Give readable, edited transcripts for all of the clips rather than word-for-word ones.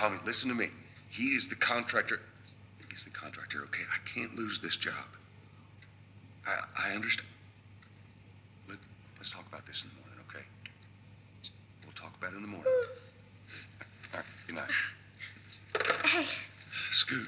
Tommy, listen to me. He is the contractor. He's the contractor, okay? I can't lose this job. I understand. Let's talk about this in the morning, okay? We'll talk about it in the morning. All right, good night. Hey. Scoot.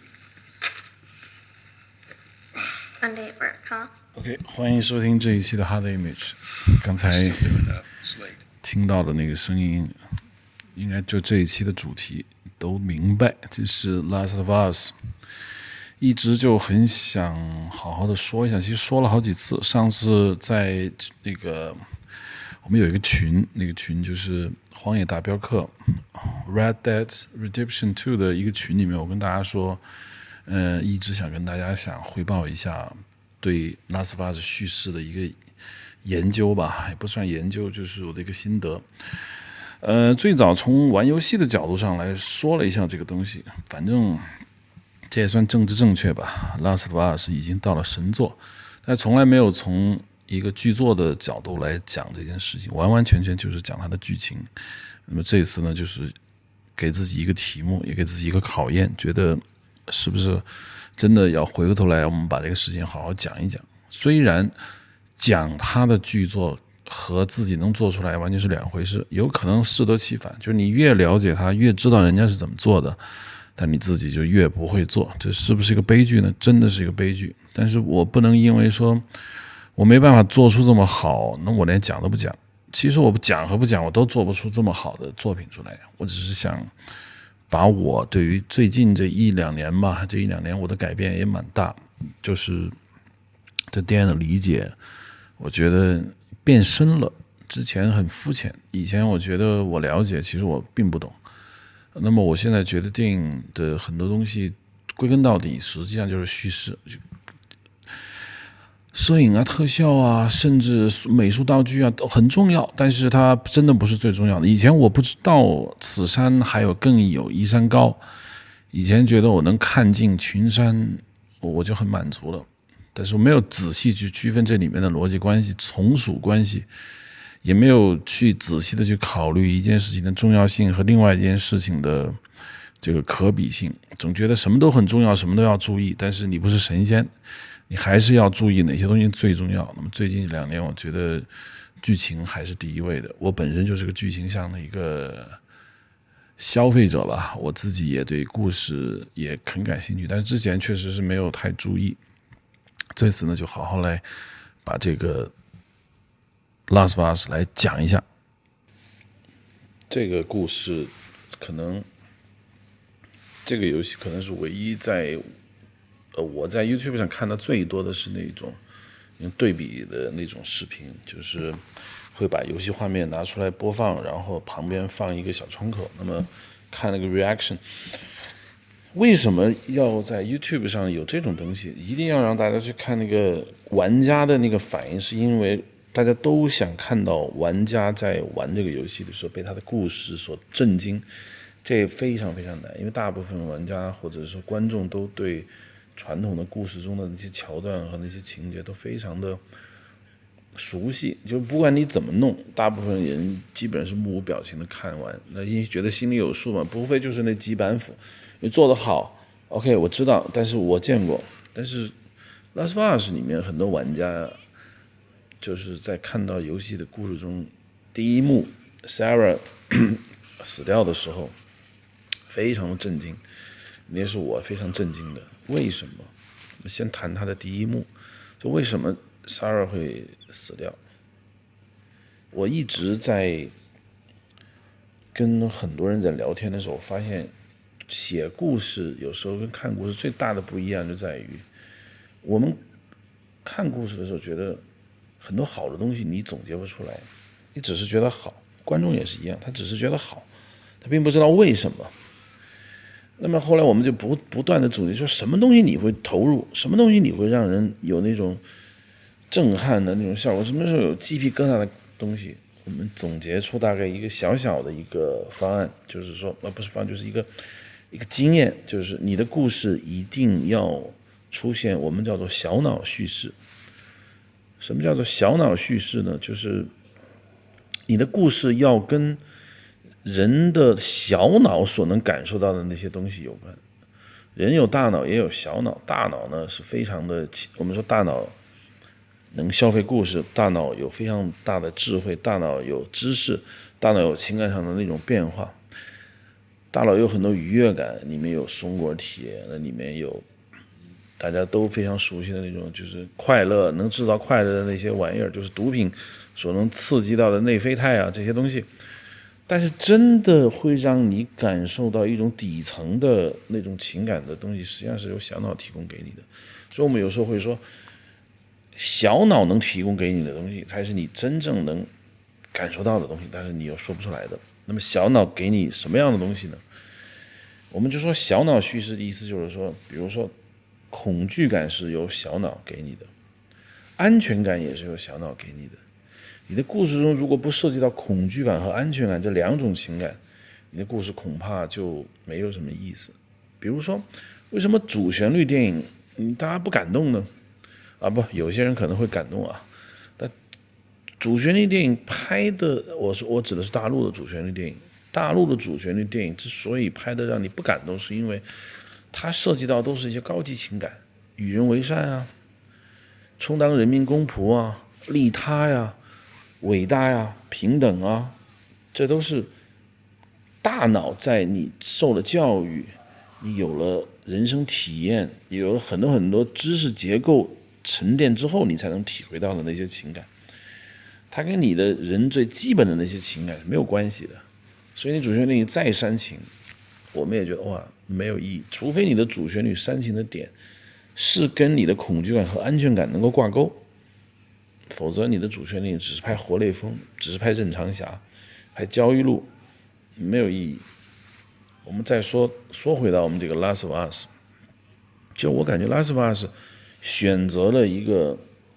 Monday at work, huh? OK， 欢迎收听这一期的 Hard Image。刚才听到的那个声音，应该就这一期的主题都明白，这是 Last of Us。一直就很想好好的说一下，其实说了好几次。上次在那个我们有一个群，那个群就是《荒野大镖客》Red Dead Redemption 2的一个群里面，我跟大家说，一直想跟大家汇报一下对 Last of Us 叙事的一个研究吧，也不算研究，就是我的一个心得。最早从玩游戏的角度上来说了一下这个东西，反正这也算政治正确吧。Last of Us 已经到了神作，但从来没有从一个剧作的角度来讲这件事情，完完全全就是讲它的剧情。那么这次呢，就是给自己一个题目，也给自己一个考验，觉得是不是真的要回过头来，我们把这个事情好好讲一讲。虽然讲他的剧作和自己能做出来完全是两回事，有可能适得其反，就是你越了解他，越知道人家是怎么做的，但你自己就越不会做，这是不是一个悲剧呢？真的是一个悲剧。但是我不能因为说我没办法做出这么好，那我连讲都不讲。其实我不讲和不讲，我都做不出这么好的作品出来。我只是想把我对于最近这一两年吧，这一两年我的改变也蛮大，就是对电影的理解，我觉得变深了。之前很肤浅，以前我觉得我了解，其实我并不懂。那么我现在觉得电影的很多东西归根到底实际上就是叙事，摄影啊、特效啊，甚至美术道具啊都很重要，但是它真的不是最重要的。以前我不知道此山还有更有依山高，以前觉得我能看尽群山我就很满足了，但是我没有仔细去区分这里面的逻辑关系、从属关系，也没有去仔细的去考虑一件事情的重要性和另外一件事情的这个可比性。总觉得什么都很重要，什么都要注意，但是你不是神仙，你还是要注意哪些东西最重要。那么最近2年，我觉得剧情还是第一位的。我本身就是个剧情向的一个消费者吧，我自己也对故事也很感兴趣，但是之前确实是没有太注意。这次呢，就好好来把这个 Last of Us 来讲一下。这个故事可能，这个游戏可能是唯一在我在 YouTube 上看到最多的是那种对比的那种视频，就是会把游戏画面拿出来播放，然后旁边放一个小窗口，那么看那个 reaction。为什么要在 YouTube 上有这种东西？一定要让大家去看那个玩家的那个反应，是因为大家都想看到玩家在玩这个游戏的时候被他的故事所震惊。这非常非常难，因为大部分玩家或者说观众都对传统的故事中的那些桥段和那些情节都非常的熟悉，就不管你怎么弄，大部分人基本是目无表情的看完，那因为觉得心里有数嘛，不非就是那几板斧，你做得好 OK 我知道，但是我见过。但是 Last of Us 里面很多玩家就是在看到游戏的故事中第一幕 Sarah 死掉的时候非常的震惊，那是我非常震惊的。为什么？我们先谈他的第一幕，就为什么 Sarah 会死掉。我一直在跟很多人在聊天的时候，我发现写故事有时候跟看故事最大的不一样就在于，我们看故事的时候觉得很多好的东西你总结不出来，你只是觉得好，观众也是一样，他只是觉得好，他并不知道为什么。那么后来我们就不断的总结说，什么东西你会投入，什么东西你会让人有那种震撼的那种效果，什么时候有鸡皮疙瘩的东西，我们总结出大概一个小小的一个方案，就是说不是方案，就是一个经验，就是你的故事一定要出现我们叫做小脑叙事。什么叫做小脑叙事呢？就是你的故事要跟人的小脑所能感受到的那些东西有关。人有大脑也有小脑，大脑呢是非常的，我们说大脑能消费故事，大脑有非常大的智慧，大脑有知识，大脑有情感上的那种变化，大脑有很多愉悦感，里面有松果体，那里面有大家都非常熟悉的那种就是快乐，能制造快乐的那些玩意儿，就是毒品所能刺激到的内啡肽啊这些东西。但是真的会让你感受到一种底层的那种情感的东西，实际上是由小脑提供给你的。所以我们有时候会说，小脑能提供给你的东西才是你真正能感受到的东西，但是你又说不出来的。那么小脑给你什么样的东西呢？我们就说小脑叙事的意思就是说，比如说恐惧感是由小脑给你的，安全感也是由小脑给你的。你的故事中如果不涉及到恐惧感和安全感这两种情感，你的故事恐怕就没有什么意思。比如说，为什么主旋律电影大家不感动呢？不，有些人可能会感动啊。但主旋律电影拍的，我指的是大陆的主旋律电影。大陆的主旋律电影之所以拍的让你不感动，是因为它涉及到都是一些高级情感，与人为善啊，充当人民公仆啊，利他呀，伟大呀，平等啊，这都是大脑在你受了教育，你有了人生体验，你有了很多很多知识结构沉淀之后，你才能体会到的那些情感，它跟你的人最基本的那些情感是没有关系的。所以你主旋律再煽情，我们也觉得哇没有意义，除非你的主旋律煽情的点是跟你的恐惧感和安全感能够挂钩，否则你的主旋律只是拍活雷锋，只是拍任长霞，拍焦裕禄，没有意义。我们再说回到我们这个《Last of Us》，就我感觉《Last of Us》选择了一个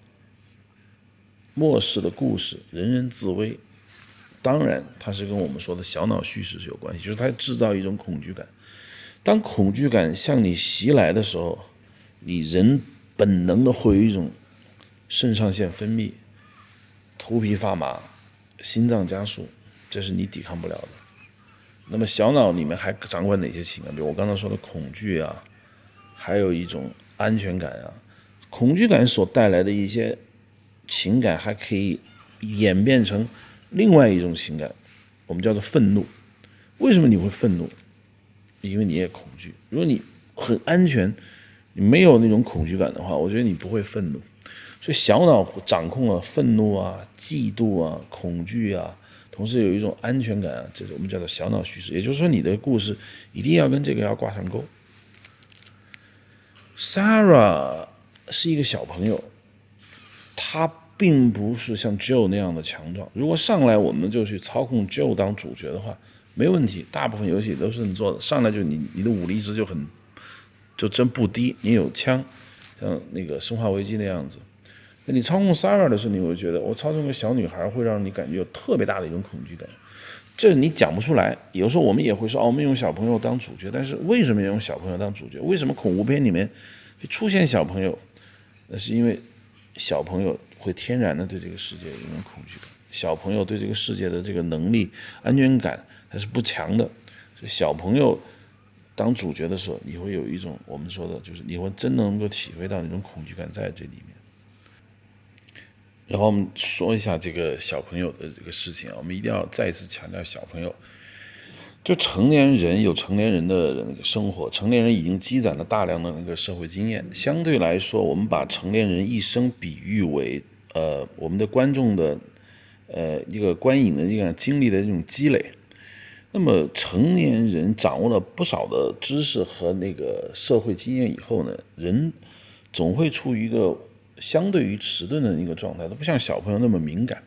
末世的故事，人人自危。当然它是跟我们说的小脑叙事是有关系，就是它制造一种恐惧感。当恐惧感向你袭来的时候，你人本能的会有一种肾上腺分泌，头皮发麻，心脏加速，这是你抵抗不了的。那么小脑里面还掌管哪些情感？比如我刚才说的恐惧啊，还有一种安全感啊。恐惧感所带来的一些情感还可以演变成另外一种情感，我们叫做愤怒。为什么你会愤怒？因为你也恐惧。如果你很安全，你没有那种恐惧感的话，我觉得你不会愤怒。所以小脑掌控了愤怒啊、嫉妒啊、恐惧啊，同时有一种安全感啊，这是我们叫做小脑叙事。也就是说，你的故事一定要跟这个要挂上钩。Sarah 是一个小朋友，他并不是像 Joe 那样的强壮。如果上来我们就去操控 Joe 当主角的话，没问题，大部分游戏都是你做的。上来就你的武力值就真不低，你有枪，像那个《生化危机》那样子。那你操控 Sarah 的时候，你会觉得我操纵个小女孩会让你感觉有特别大的一种恐惧感，这你讲不出来。有时候我们也会说，我们用小朋友当主角，但是为什么要用小朋友当主角？为什么恐怖片里面会出现小朋友？那是因为小朋友会天然的对这个世界有一种恐惧感，小朋友对这个世界的这个能力、安全感还是不强的。所以小朋友当主角的时候，你会有一种我们说的，就是你会真能够体会到那种恐惧感在这里面。然后我们说一下这个小朋友的这个事情啊，我们一定要再一次强调小朋友。就成年人有成年人的那个生活，成年人已经积攒了大量的那个社会经验。相对来说，我们把成年人一生比喻为我们的观众的一个观影的一个经历的这种积累。那么成年人掌握了不少的知识和那个社会经验以后呢，人总会处于一个相对于迟钝的一个状态，它不像小朋友那么敏感。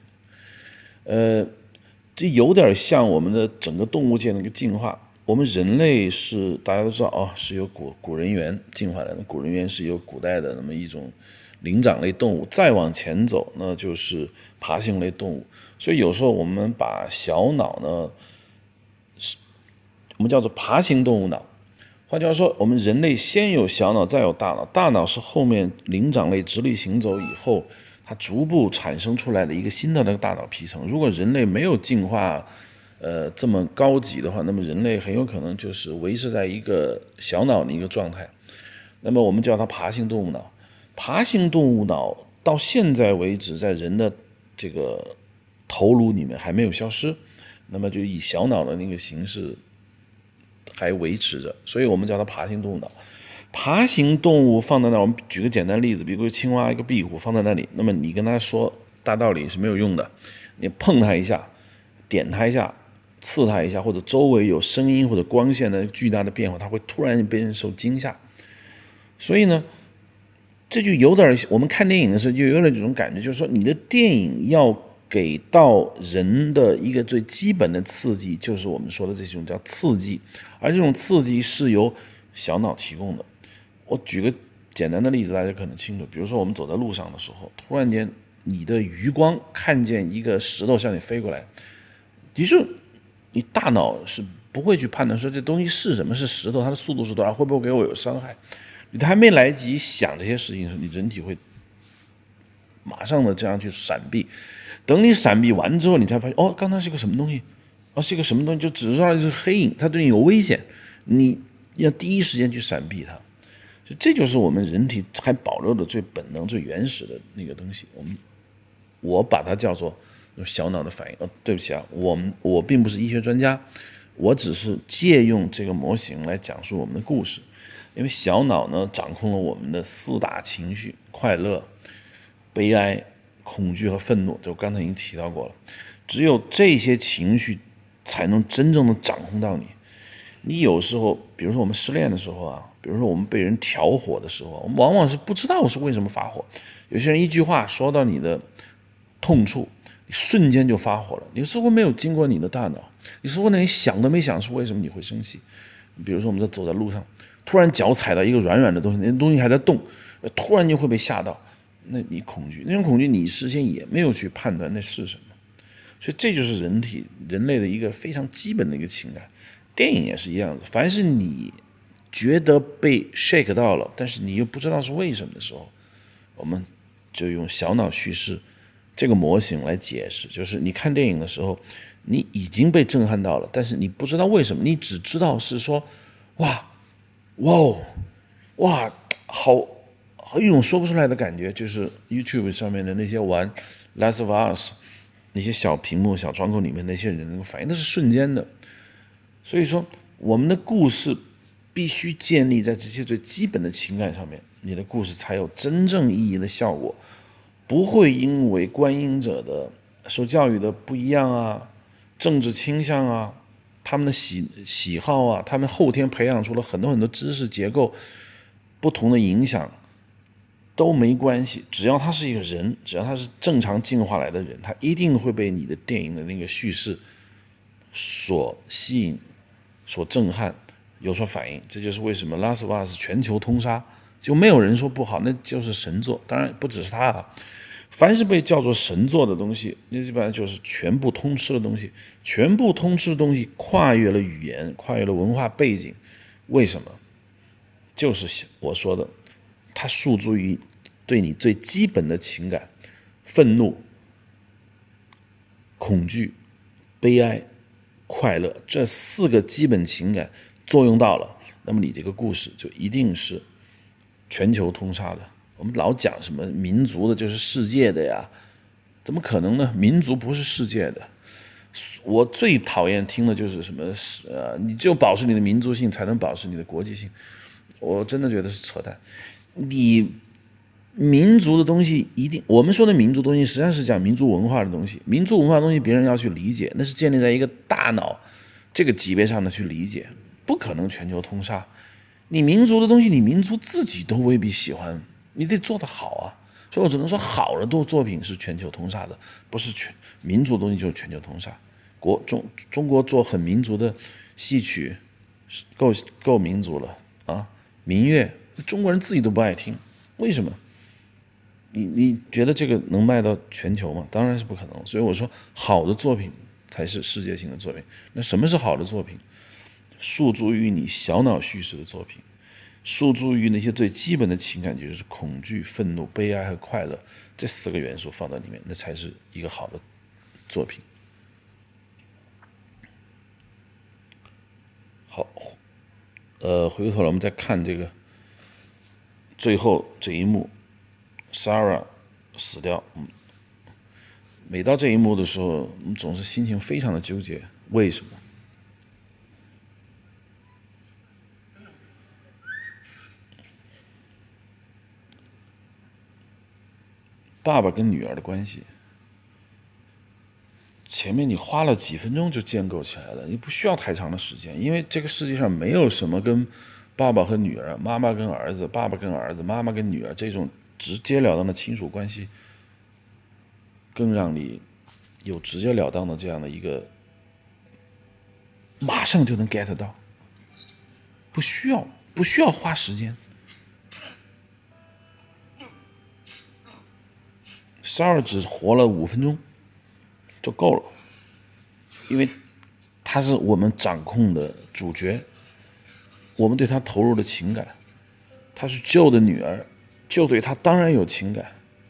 这有点像我们的整个动物界的一个进化。我们人类是大家都知道是由古人猿进化来的。古人猿是由古代的那么一种灵长类动物，再往前走那就是爬行类动物。所以有时候我们把小脑呢，我们叫做爬行动物脑。换句话说，我们人类先有小脑，再有大脑，大脑是后面灵长类直立行走以后，它逐步产生出来的一个新的那个大脑皮层。如果人类没有进化这么高级的话，那么人类很有可能就是维持在一个小脑的一个状态。那么我们叫它爬行动物脑。爬行动物脑到现在为止，在人的这个头颅里面还没有消失，那么就以小脑的那个形式还维持着，所以我们叫它爬行动物脑。爬行动物放在那儿，我们举个简单例子，比如青蛙一个壁虎放在那里，那么你跟它说大道理是没有用的，你碰它一下，点它一下，刺它一下，或者周围有声音或者光线的巨大的变化，它会突然被人受惊吓。所以呢，这就有点我们看电影的时候就有点这种感觉，就是说你的电影要给到人的一个最基本的刺激，就是我们说的这种叫刺激，而这种刺激是由小脑提供的。我举个简单的例子，大家可能清楚，比如说我们走在路上的时候，突然间你的余光看见一个石头向你飞过来，其实你大脑是不会去判断说这东西是什么，是石头，它的速度是多少，会不会给我有伤害。你还没来及想这些事情的时候，你人体会马上的这样去闪避。等你闪避完之后，你才发现，哦，刚才是个什么东西？哦，是一个什么东西？就只知道是黑影，它对你有危险，你要第一时间去闪避它。这就是我们人体还保留的最本能、最原始的那个东西。我把它叫做小脑的反应。对不起啊，我并不是医学专家，我只是借用这个模型来讲述我们的故事。因为小脑呢掌控了我们的4大情绪：快乐、悲哀、恐惧和愤怒，就刚才已经提到过了。只有这些情绪才能真正的掌控到你。你有时候，比如说我们失恋的时候啊，比如说我们被人挑火的时候，我们往往是不知道是为什么发火。有些人一句话说到你的痛处，你瞬间就发火了。有时候没有经过你的大脑，有时候连想都没想是为什么你会生气。比如说我们在走在路上，突然脚踩到一个软软的东西，那东西还在动，突然就会被吓到，那你恐惧，那种恐惧你事先也没有去判断那是什么。所以这就是人类的一个非常基本的一个情感。电影也是一样的，凡是你觉得被 shake 到了，但是你又不知道是为什么的时候，我们就用小脑叙事这个模型来解释。就是你看电影的时候，你已经被震撼到了，但是你不知道为什么，你只知道是说哇，好一种说不出来的感觉。就是 YouTube 上面的那些玩 Last of Us 那些小屏幕小窗口里面那些人那个反应，那是瞬间的。所以说我们的故事必须建立在这些最基本的情感上面，你的故事才有真正意义的效果，不会因为观影者的受教育的不一样啊，政治倾向啊，他们的喜好啊，他们后天培养出了很多知识结构不同的影响都没关系。只要他是一个人，只要他是正常进化来的人，他一定会被你的电影的那个叙事所吸引，所震撼，有所反应。这就是为什么《Last of Us》全球通杀，就没有人说不好，那就是神作。当然不只是他啊，凡是被叫做神作的东西，那基本上就是全部通吃的东西。全部通吃的东西跨越了语言，跨越了文化背景。为什么？就是我说的，它诉诸于对你最基本的情感：愤怒、恐惧、悲哀、快乐，这4个基本情感作用到了，那么你这个故事就一定是全球通杀的。我们老讲什么民族的就是世界的呀，怎么可能呢？民族不是世界的。我最讨厌听的就是什么你只有保持你的民族性才能保持你的国际性，我真的觉得是扯淡。你民族的东西一定，我们说的民族东西实际上是讲民族文化的东西。民族文化的东西别人要去理解，那是建立在一个大脑这个级别上的去理解，不可能全球通杀。你民族的东西，你民族自己都未必喜欢，你得做得好啊。所以我只能说，好的作品是全球通杀的，不是民族的东西就是全球通杀。中国做很民族的戏曲，够民族了啊！民乐，中国人自己都不爱听，为什么？你觉得这个能卖到全球吗？当然是不可能。所以我说，好的作品才是世界性的作品。那什么是好的作品？诉诸于你小脑叙事的作品，诉诸于那些最基本的情感，就是恐惧、愤怒、悲哀和快乐，这4个元素放在里面，那才是一个好的作品。 好，回过头来我们再看这个最后这一幕 ，Sarah 死掉。每到这一幕的时候，我们总是心情非常的纠结，为什么？爸爸跟女儿的关系，前面你花了几分钟就建构起来了，你不需要太长的时间，因为这个世界上没有什么跟爸爸和女儿、妈妈跟儿子、爸爸跟儿子、妈妈跟女儿这种直截了当的亲属关系，更让你有直截了当的这样的一个，马上就能 get 到，不需要花时间。Sarah 只活了5分钟就够了，因为他是我们掌控的主角，我们对他投入的情感，他是Joe的女儿，Joe对他当然有情感，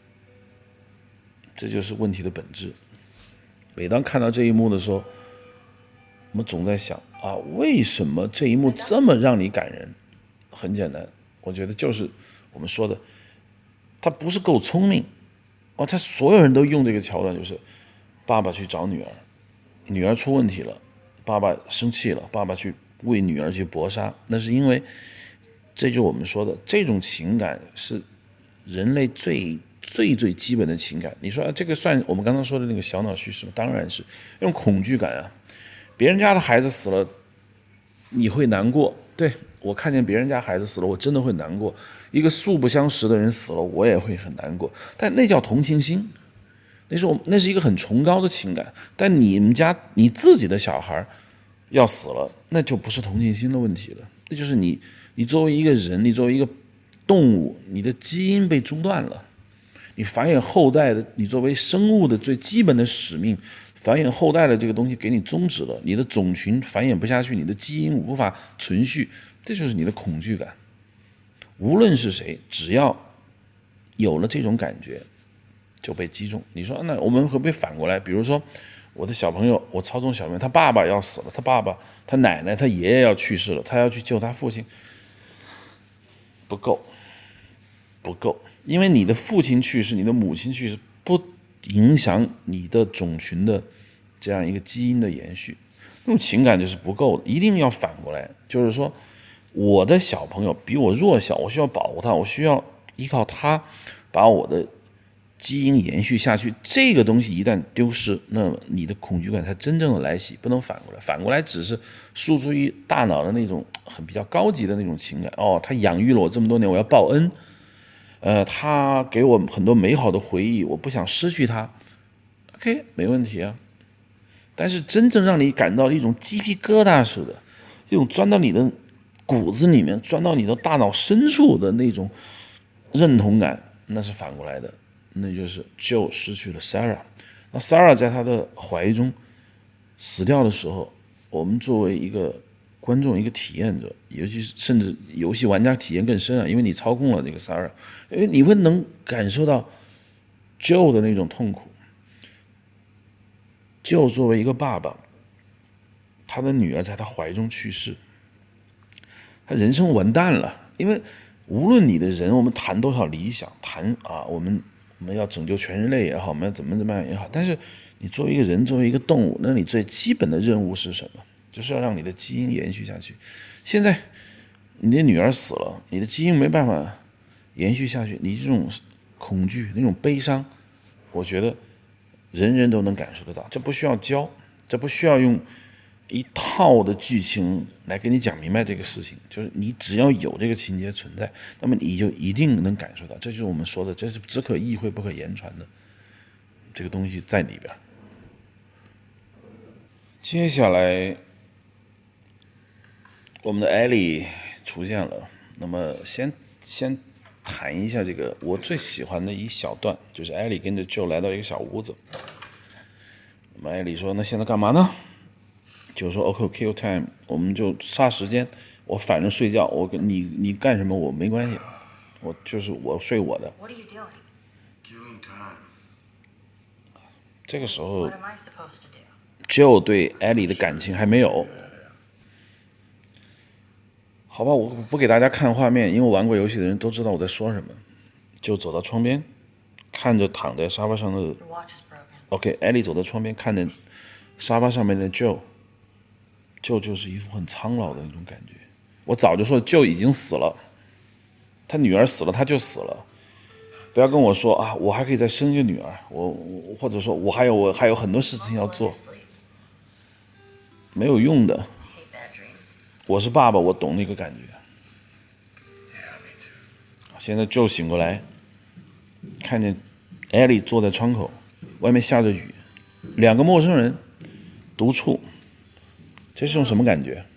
这就是问题的本质。每当看到这一幕的时候，我们总在想啊，为什么这一幕这么让你感人？很简单，我觉得就是我们说的，他不是够聪明。他所有人都用这个桥段，就是爸爸去找女儿，女儿出问题了，爸爸生气了，爸爸去为女儿去搏杀，那是因为这就是我们说的这种情感是人类最基本的情感。你说这个算我们刚刚说的那个小脑叙事吗？当然是，用恐惧感啊，别人家的孩子死了，你会难过，对，我看见别人家孩子死了，我真的会难过。一个素不相识的人死了，我也会很难过。但那叫同情心，那是一个很崇高的情感。但你们家你自己的小孩要死了，那就不是同情心的问题了，那就是你作为一个人，你作为一个动物，你的基因被中断了，你繁衍后代的，你作为生物的最基本的使命。繁衍后代的这个东西给你终止了，你的种群繁衍不下去，你的基因无法存续，这就是你的恐惧感。无论是谁，只要有了这种感觉，就被击中。你说，那我们会不会反过来？比如说，我的小朋友，我操纵小朋友，他爸爸要死了，他爸爸、他奶奶、他爷爷要去世了，他要去救他父亲，不够，因为你的父亲去世，你的母亲去世，不影响你的种群的这样一个基因的延续，那种情感就是不够的，一定要反过来，就是说，我的小朋友比我弱小，我需要保护他，我需要依靠他把我的基因延续下去。这个东西一旦丢失，那么你的恐惧感才真正的来袭，不能反过来。反过来只是输出于大脑的那种比较高级的那种情感。他养育了我这么多年，我要报恩。他给我很多美好的回忆，我不想失去他。OK， 没问题啊。但是真正让你感到一种鸡皮疙瘩似的，一种钻到你的骨子里面，钻到你的大脑深处的那种认同感，那是反过来的，那就是 Joe 失去了 Sarah。那 Sarah 在他的怀中死掉的时候，我们作为一个观众、一个体验者，尤其是甚至游戏玩家体验更深啊，因为你操控了这个 Sarah， 因为你会能感受到 Joe 的那种痛苦。Joe 作为一个爸爸，他的女儿在他怀中去世，他人生完蛋了。因为无论你的人，我们谈多少理想，谈我们要拯救全人类也好，我们要怎么样也好，但是你作为一个人，作为一个动物，那你最基本的任务是什么？就是要让你的基因延续下去。现在你的女儿死了，你的基因没办法延续下去，你这种恐惧、那种悲伤，我觉得人人都能感受得到。这不需要教，这不需要用一套的剧情来给你讲明白这个事情，就是你只要有这个情节存在，那么你就一定能感受到。这就是我们说的，这是只可意会不可言传的这个东西在里边。接下来我们的艾莉出现了，那么先谈一下这个我最喜欢的一小段，就是艾莉跟着 Joe 来到一个小屋子。那么艾莉说：“那现在干嘛呢？”就说 OK kill time， 我们就杀时间。我反正睡觉，我跟你干什么我没关系，我睡我的。 What are you doing? Killing time. 这个时候 What am I supposed to do? ，Joe 对艾莉的感情还没有。 好吧，我不给大家看画面，因为玩过游戏的人都知道我在说什么。就走到窗边，看着躺在沙发上的 OK， 艾莉走到窗边，看着沙发上面的 Joe 就是一副很苍老的那种感觉。我早就说 Joe 已经死了，他女儿死了，他就死了。不要跟我说啊，我还可以再生一个女儿，或者说我还有很多事情要做，没有用的。我是爸爸，我懂那个感觉。现在 Joe 醒过来，看见 Ellie 坐在窗口，外面下着雨，两个陌生人独处，这是种什么感觉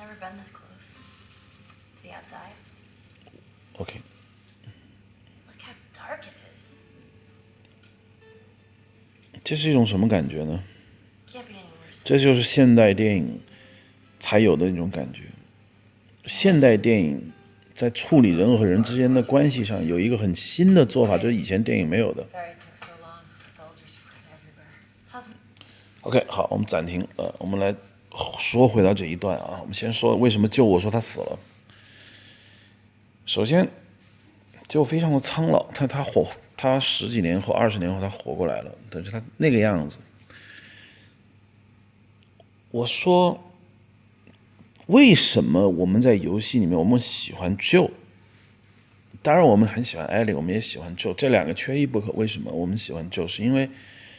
？OK， 这是一种什么感觉呢？这就是现代电影才有的那种感觉。现代电影在处理人和人之间的关系上有一个很新的做法，就是以前电影没有的。OK， 好，我们暂停。我们来说回到这一段啊。我们先说为什么救我说他死了。首先，就非常的苍老，他10几年后、20年后他活过来了，但是他那个样子。我说，为什么我们在游戏里面我们喜欢 Joe？ 当然我们很喜欢 Ellie， 我们也喜欢 Joe， 这两个缺一不可。为什么我们喜欢 Joe？ 是因为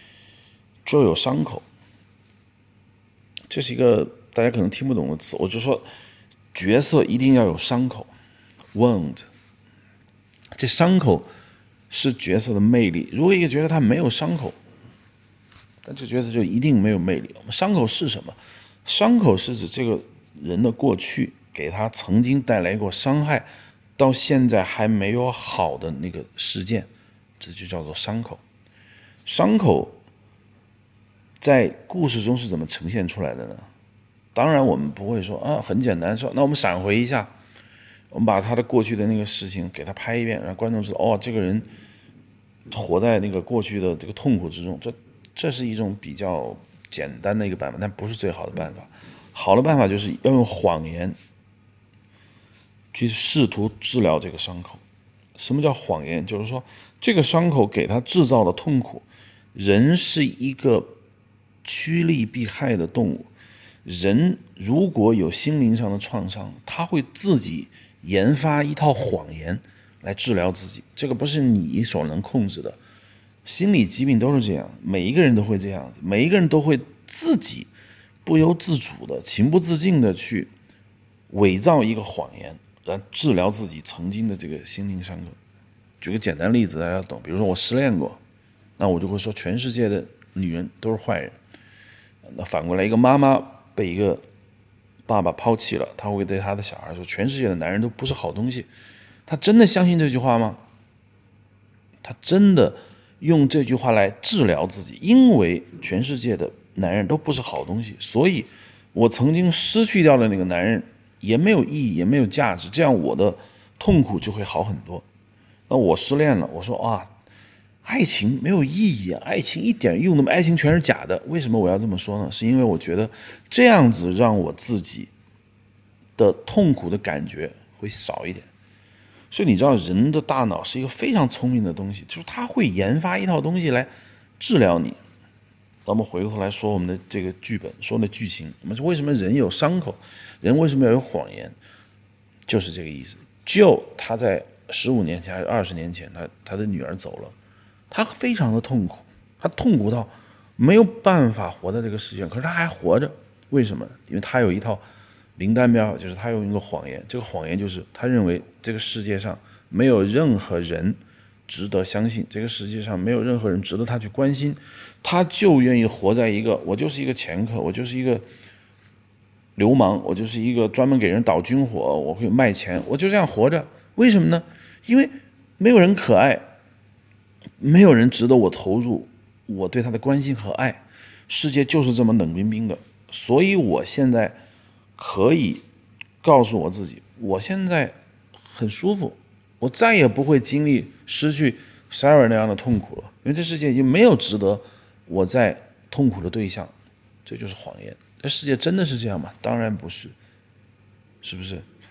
Joe 有伤口。这是一个大家可能听不懂的词，我就说角色一定要有伤口 wound， 这伤口是角色的魅力。如果一个角色他没有伤口，但这角色就一定没有魅力。伤口是什么？伤口是指这个人的过去给他曾经带来过伤害，到现在还没有好的那个事件，这就叫做伤口。伤口在故事中是怎么呈现出来的呢？当然我们不会说啊，很简单，说那我们闪回一下，我们把他的过去的那个事情给他拍一遍，让观众知道哦，这个人活在那个过去的这个痛苦之中。这是一种比较简单的一个办法，但不是最好的办法。好的办法就是要用谎言去试图治疗这个伤口。什么叫谎言？就是说这个伤口给他制造了痛苦。人是一个趋利避害的动物，人如果有心灵上的创伤，他会自己研发一套谎言来治疗自己，这个不是你所能控制的。心理疾病都是这样，每一个人都会这样子，每一个人都会自己不由自主的、情不自禁的去伪造一个谎言，来治疗自己曾经的这个心灵伤口。举个简单例子大家懂，比如说我失恋过，那我就会说全世界的女人都是坏人。那反过来，一个妈妈被一个爸爸抛弃了，他会对他的小孩说全世界的男人都不是好东西。他真的相信这句话吗？他真的用这句话来治疗自己，因为全世界的男人都不是好东西，所以我曾经失去掉的那个男人也没有意义，也没有价值，这样我的痛苦就会好很多。那我失恋了，我说啊，爱情没有意义啊，爱情一点用都没有，爱情全是假的。为什么我要这么说呢？是因为我觉得这样子让我自己的痛苦的感觉会少一点。所以你知道人的大脑是一个非常聪明的东西，就是它会研发一套东西来治疗你。那我们回过头来说我们的这个剧本，说的剧情，我们说为什么人有伤口，人为什么要有谎言，就是这个意思。Joe他在15年前还是20年前，他的女儿走了，他非常的痛苦，他痛苦到没有办法活在这个世界上，可是他还活着。为什么？因为他有一套灵丹妙药，就是他用一个谎言，这个谎言就是他认为这个世界上没有任何人值得相信，这个世界上没有任何人值得他去关心，他就愿意活在一个我就是一个掮客，我就是一个流氓，我就是一个专门给人倒军火，我会卖钱，我就这样活着。为什么呢？因为没有人可爱，没有人值得我投入我对他的关心和爱，世界就是这么冷冰冰的。所以我现在可以告诉我自己，我现在很舒服，我再也不会经历失去 Sarah 那样的痛苦了，因为这世界已经没有值得我在痛苦的对象。这就是谎言。这世界真的是这样吗？当然不是，是不是？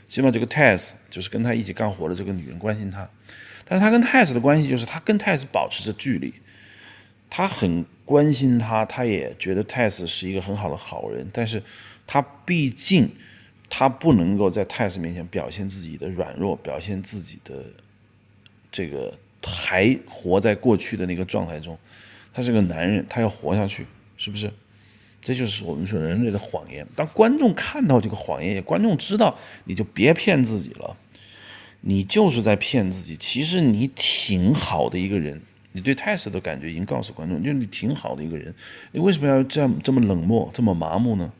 起码这个 Tess 就是跟他一起干活的这个女人关心他，但是他跟 Tess 的关系就是他跟 Tess 保持着距离，他很关心他，他也觉得 Tess 是一个很好的好人，但是他毕竟他不能够在 Tess 面前表现自己的软弱，表现自己的这个还活在过去的那个状态中。他是个男人，他要活下去，是不是？这就是我们说人类的谎言。当观众看到这个谎言，观众知道，你就别骗自己了，你就是在骗自己。其实你挺好的一个人，你对泰斯的感觉已经告诉观众，就是你挺好的一个人，你为什么要这么冷漠，这么麻木呢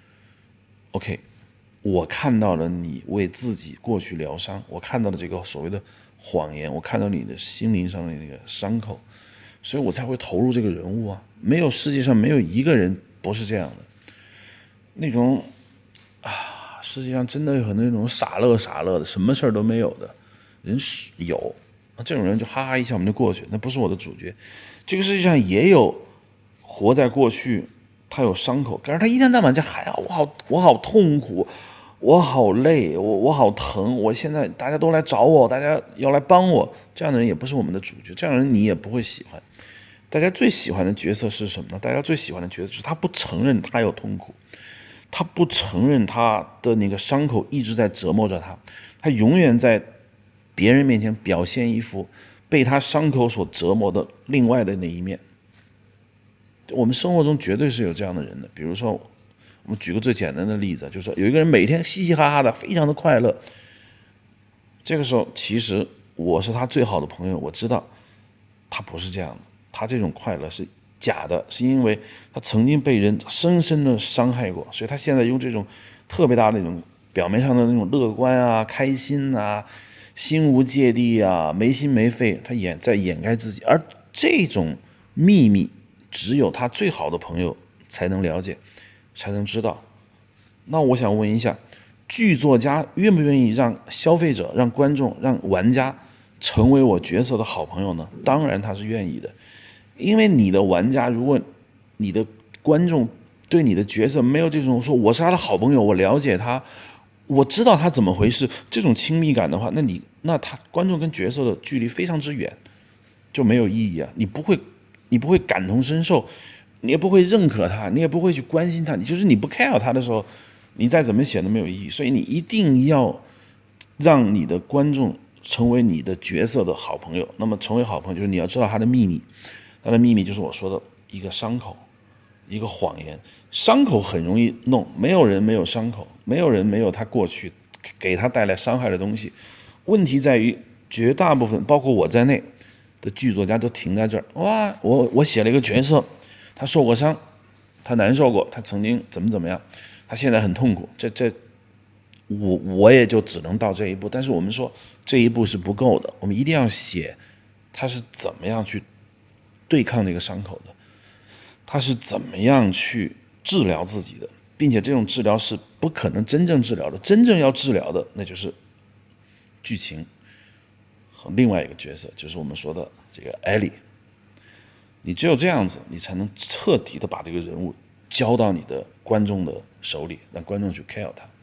？OK， 我看到了你为自己过去疗伤，我看到了这个所谓的谎言，我看到你的心灵上的那个伤口，所以我才会投入这个人物啊。世界上没有一个人不是这样的，那种世界上真的有很多那种傻乐的，什么事儿都没有的人有，这种人就哈哈一笑我们就过去，那不是我的主角。这个世界上也有活在过去，他有伤口，可是他一天到晚就还好，我好痛苦，我好累，我好疼，我现在大家都来找我，大家要来帮我，这样的人也不是我们的主角，这样的人你也不会喜欢。大家最喜欢的角色是什么呢？大家最喜欢的角色是他不承认他有痛苦，他不承认他的那个伤口一直在折磨着他，他永远在别人面前表现一副被他伤口所折磨的另外的那一面。我们生活中绝对是有这样的人的，比如说我们举个最简单的例子，就是说有一个人每天嘻嘻哈哈的，非常的快乐，这个时候其实我是他最好的朋友，我知道他不是这样的，他这种快乐是假的，是因为他曾经被人深深的伤害过，所以他现在用这种特别大的那种表面上的那种乐观啊、开心啊、心无芥蒂啊、没心没肺，他在掩盖自己，而这种秘密只有他最好的朋友才能了解，才能知道。那我想问一下，剧作家愿不愿意让消费者、让观众、让玩家成为我角色的好朋友呢？当然他是愿意的，因为你的玩家，如果你的观众对你的角色没有这种说我是他的好朋友，我了解他，我知道他怎么回事，这种亲密感的话，那他观众跟角色的距离非常之远，就没有意义啊！你不会感同身受，你也不会认可他，你也不会去关心他，你不 care 他的时候，你再怎么写都没有意义。所以你一定要让你的观众成为你的角色的好朋友。那么成为好朋友，就是你要知道他的秘密，他的秘密就是我说的一个伤口，一个谎言。伤口很容易弄，没有人没有伤口，没有人没有他过去给他带来伤害的东西。问题在于绝大部分包括我在内的剧作家都停在这儿。哇，我写了一个角色，他受过伤，他难受过，他曾经怎么样，他现在很痛苦，我也就只能到这一步。但是我们说这一步是不够的，我们一定要写他是怎么样去对抗这个伤口的，他是怎么样去治疗自己的，并且这种治疗是不可能真正治疗的，真正要治疗的那就是剧情和另外一个角色，就是我们说的这个艾莉。你只有这样子，你才能彻底的把这个人物交到你的观众的手里，让观众去 care 他。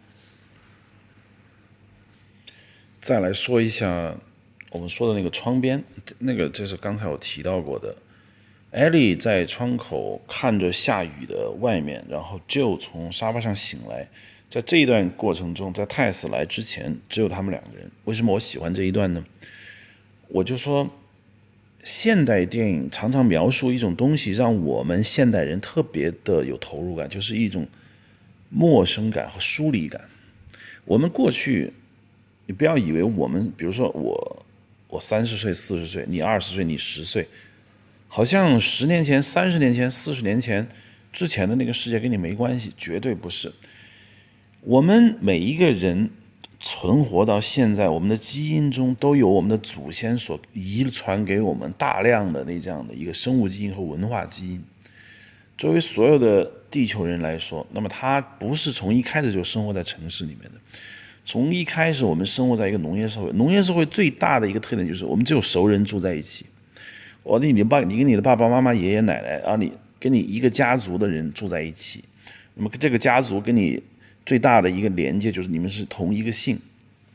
再来说一下我们说的那个窗边，这是刚才我提到过的。艾莉在窗口看着下雨的外面，然后就从沙发上醒来。在这一段过程中，在泰斯来之前，只有他们两个人。为什么我喜欢这一段呢？我就说，现代电影常常描述一种东西，让我们现代人特别的有投入感，就是一种陌生感和疏离感。我们过去，你不要以为我们，比如说我30岁、40岁，你20岁，你10岁。好像10年前、30年前、40年前之前的那个世界跟你没关系，绝对不是。我们每一个人存活到现在，我们的基因中都有我们的祖先所遗传给我们大量的这样的一个生物基因和文化基因。作为所有的地球人来说，那么他不是从一开始就生活在城市里面的。从一开始我们生活在一个农业社会，农业社会最大的一个特点就是我们只有熟人住在一起。你跟你的爸爸妈妈、爷爷奶奶，你跟你一个家族的人住在一起，那么这个家族跟你最大的一个连接就是你们是同一个姓，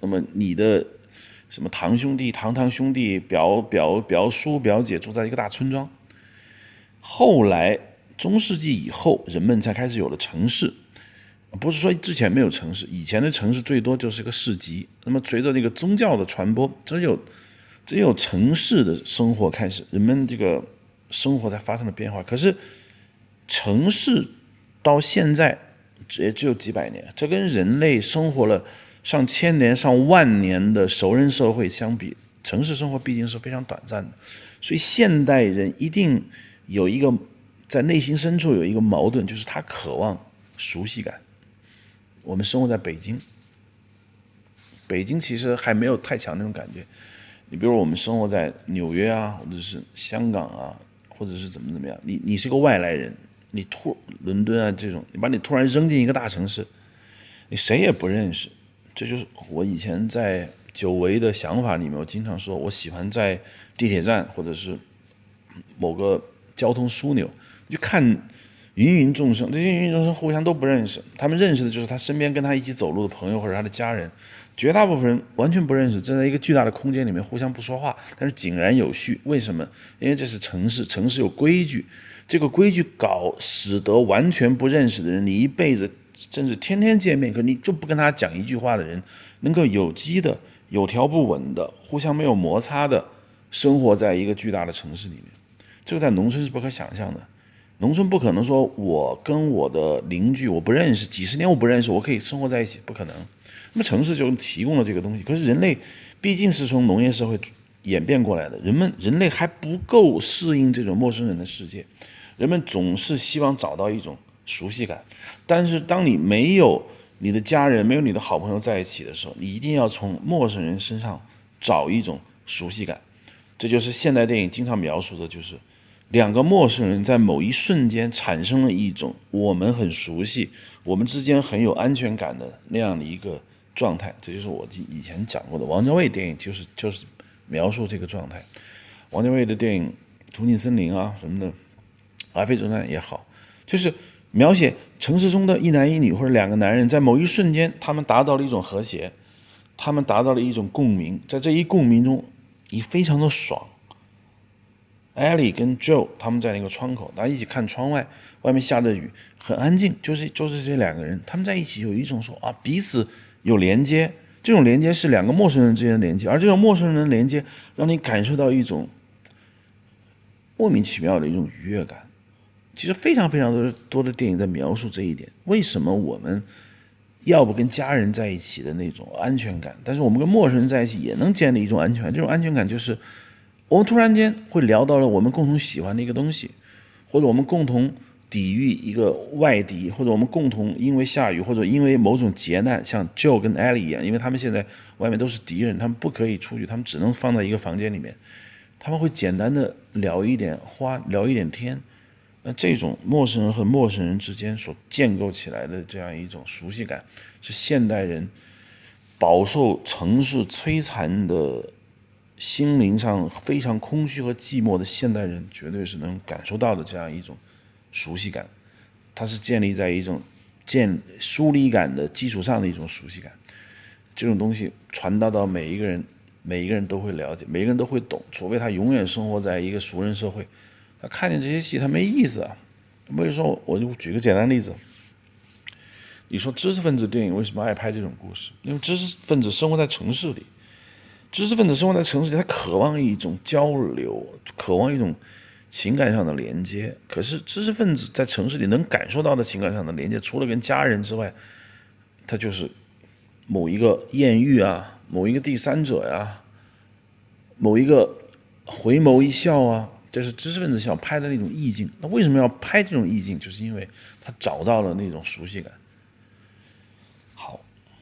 那么你的什么堂兄弟、堂兄弟、表叔、表姐住在一个大村庄。后来中世纪以后，人们才开始有了城市。不是说之前没有城市，以前的城市最多就是个市集。那么随着这个宗教的传播，只有城市的生活开始，人们这个生活才发生了变化。可是城市到现在也只有几百年，这跟人类生活了上千年、上万年的熟人社会相比，城市生活毕竟是非常短暂的。所以现代人一定有一个在内心深处有一个矛盾，就是他渴望熟悉感。我们生活在北京，北京其实还没有太强那种感觉。你比如我们生活在纽约啊，或者是香港啊，或者是怎么样，你是个外来人，你伦敦啊这种，你把你突然扔进一个大城市，你谁也不认识。这就是我以前在久违的想法里面，我经常说，我喜欢在地铁站或者是某个交通枢纽去看芸芸众生，这些芸芸众生互相都不认识，他们认识的就是他身边跟他一起走路的朋友或者他的家人，绝大部分人完全不认识，站在一个巨大的空间里面互相不说话，但是井然有序。为什么？因为这是城市，城市有规矩，这个规矩使得完全不认识的人，你一辈子甚至天天见面，可你就不跟他讲一句话的人，能够有机的、有条不紊的、互相没有摩擦的生活在一个巨大的城市里面，这个在农村是不可想象的。农村不可能说我跟我的邻居我不认识，几十年我不认识，我可以生活在一起，不可能。那么城市就提供了这个东西。可是人类毕竟是从农业社会演变过来的，人类还不够适应这种陌生人的世界，人们总是希望找到一种熟悉感。但是当你没有你的家人，没有你的好朋友在一起的时候，你一定要从陌生人身上找一种熟悉感。这就是现代电影经常描述的，就是两个陌生人在某一瞬间产生了一种我们很熟悉，我们之间很有安全感的那样的一个状态。这就是我以前讲过的王家卫电影，就是描述这个状态。王家卫的电影《重庆森林》啊什么的，《阿飞正传》也好，就是描写城市中的一男一女或者两个男人在某一瞬间，他们达到了一种和谐，他们达到了一种共鸣，在这一共鸣中，你非常的爽。Ellie 跟 Joe 他们在那个窗口，大家一起看窗外，外面下着雨，很安静，就是这两个人，他们在一起有一种说啊彼此有连接，这种连接是两个陌生人之间的连接，而这种陌生人的连接让你感受到一种莫名其妙的一种愉悦感。其实非常非常多的电影在描述这一点，为什么我们要不跟家人在一起的那种安全感，但是我们跟陌生人在一起也能建立一种安全感，这种安全感就是我们突然间会聊到了我们共同喜欢的一个东西，或者我们共同抵御一个外敌，或者我们共同因为下雨或者因为某种劫难，像 Joe 跟 Ellie 一样，因为他们现在外面都是敌人，他们不可以出去，他们只能放在一个房间里面，他们会简单的聊一点话，聊一点天。那这种陌生人和陌生人之间所建构起来的这样一种熟悉感，是现代人饱受城市摧残的心灵上非常空虚和寂寞的现代人绝对是能感受到的这样一种熟悉感。它是建立在一种疏离感的基础上的一种熟悉感。这种东西传达到每一个人，每一个人都会了解，每一个人都会懂，除非他永远生活在一个熟人社会，他看见这些戏他没意思啊。比如说我就举个简单例子，你说知识分子电影为什么爱拍这种故事？因为知识分子生活在城市里，知识分子生活在城市里，他渴望一种交流，渴望一种情感上的连接。可是知识分子在城市里能感受到的情感上的连接，除了跟家人之外，他就是某一个艳遇啊，某一个第三者呀，某一个回眸一笑啊，这是知识分子想拍的那种意境。那为什么要拍这种意境？就是因为他找到了那种熟悉感。好。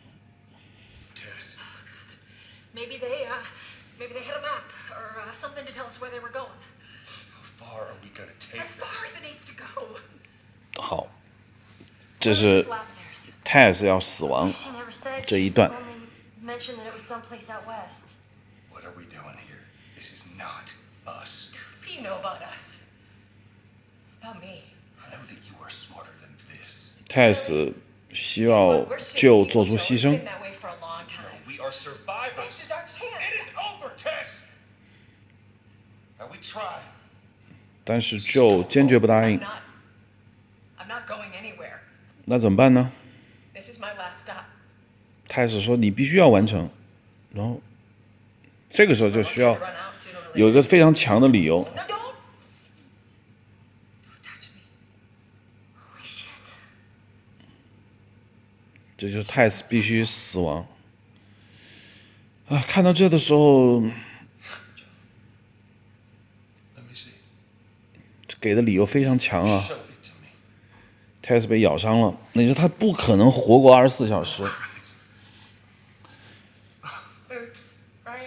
Maybe they had a map or something to tell us where they were going. How far are we gonna take As far as it needs to go. 好，这是 Tess 要死亡这一段。 Mentioned that it was someplace out west. What are we doing here? This is not us. What do you know about us? About me? I know that you are smarter than this. Tess 需要就做出牺牲。 Been that way for a long time. We are are survivors. This is our chance. It is over, Tess. Now we try. 但是Joe坚决不答应。 I'm not going anywhere. 那怎么办呢？ This is my last stop. 泰斯说你必须要完成，然后这个时候就需要 Run out sooner or later. 有一个非常强的理由。 No, don't. Don't touch me. Holy shit. 这就是泰斯必须死亡。啊，看到这的时候， Let me see. 给的理由非常强啊。 Show it to me. 泰斯被咬伤了，那就他不可能活过24小时。 Boots, right?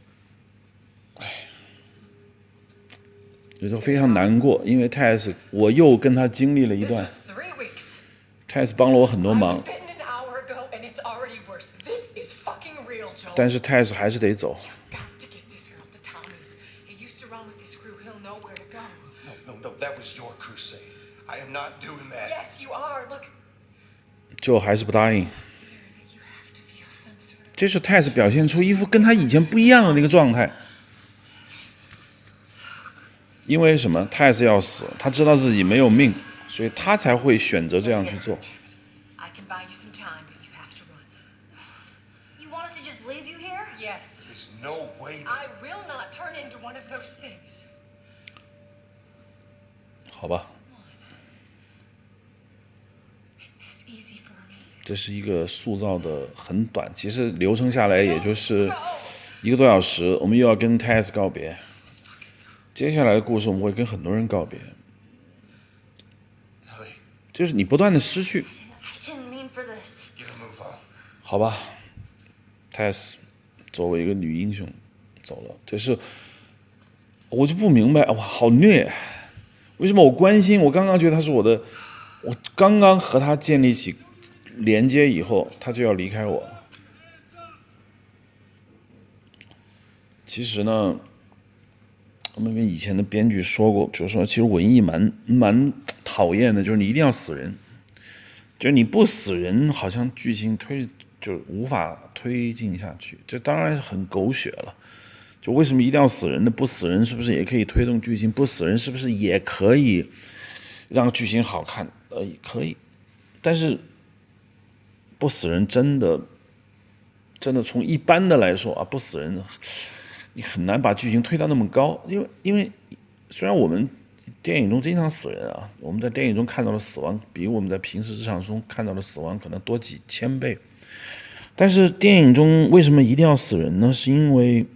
有时候非常难过，因为泰斯，我又跟他经历了一 This 段。 is 3 weeks. 泰斯帮了我很多 I 忙 was，bitten an hour ago, and it's already worse. This is fucking real, Joel. 但是泰斯还是得走。 Got to get this girl to Tommy's. He used to run with this crew. He'll know where to go. No, that was your crusade. I am not doing that. Yes, you are. Look, Joe 还是不答应。 that you have to feel some sort of. 这是泰斯表现出一副跟他以前不一样的那个状态。因为什么？泰斯要死，他知道自己没有命，所以他才会选择这样去做。 I can buy you some time, but you have to run. You want us to just leave you here? Yes. There's no way that I will not turn into one of those things. 好吧， Make this easy for me. 这是一个塑造的很短，其实流程下来也就是 Go. 1个多小时，我们又要跟泰斯告别。接下来的故事我们会跟很多人告别， Ellie, 就是你不断的失去， I didn't mean for this. get a move on. 好吧？泰斯作为一个女英雄走了，这是我就不明白，哇，好虐！为什么我关心？我刚刚觉得他是我的，我刚刚和他建立起连接以后，他就要离开我。其实呢，我们跟以前的编剧说过，就是说，其实文艺蛮讨厌的，就是你一定要死人，就是你不死人，好像剧情就无法推进下去。这当然是很狗血了。就为什么一定要死人呢？不死人是不是也可以推动剧情？不死人是不是也可以让剧情好看？可以，但是不死人真的从一般的来说啊，不死人你很难把剧情推到那么高，因为虽然我们电影中经常死人啊，我们在电影中看到的死亡比我们在平时日常中看到的死亡可能多几千倍，但是电影中为什么一定要死人呢？是因为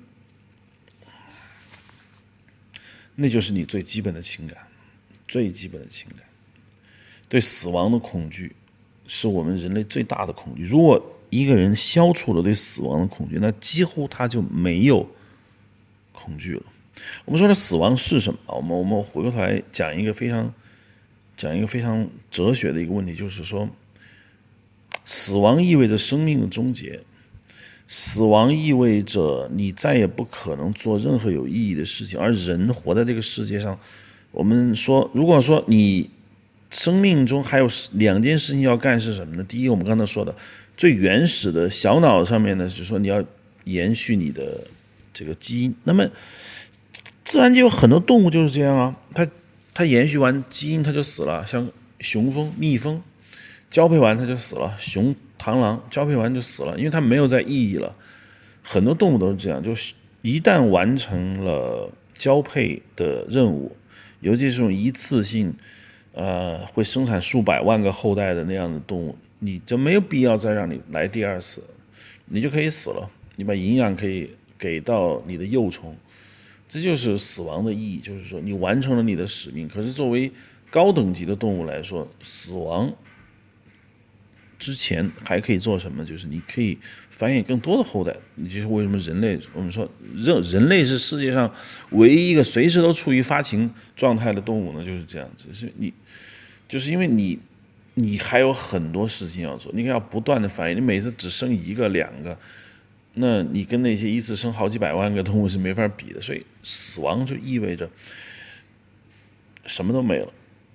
那就是你最基本的情感，最基本的情感，对死亡的恐惧是我们人类最大的恐惧。如果一个人消除了对死亡的恐惧，那几乎他就没有恐惧了。我们说的死亡是什么？我们回过头来讲一个非常哲学的一个问题，就是说，死亡意味着生命的终结，死亡意味着你再也不可能做任何有意义的事情。而人活在这个世界上，我们说，如果说你生命中还有2件事情要干是什么呢？第一，我们刚才说的最原始的小脑上面呢，就是说你要延续你的这个基因。那么自然界有很多动物就是这样啊，它延续完基因它就死了，像雄蜂、蜜蜂交配完它就死了，熊、螳螂交配完就死了，因为它没有再意义了。很多动物都是这样，就是一旦完成了交配的任务，尤其是这种一次性会生产数百万个后代的那样的动物，你就没有必要再让你来第2次，你就可以死了，你把营养可以给到你的幼虫，这就是死亡的意义，就是说你完成了你的使命。可是作为高等级的动物来说，死亡之前还可以做什么？就是你可以繁衍更多的后代。你就是为什么人类，我们说人类是世界上唯一一个随时都处于发情状态的动物呢？就是这样子，就是因为你还有很多事情要做，你要不断的繁衍，你每次只生1个2个，那你跟那些一次生好几百万个动物是没法比的。所以死亡就意味着什么都没了，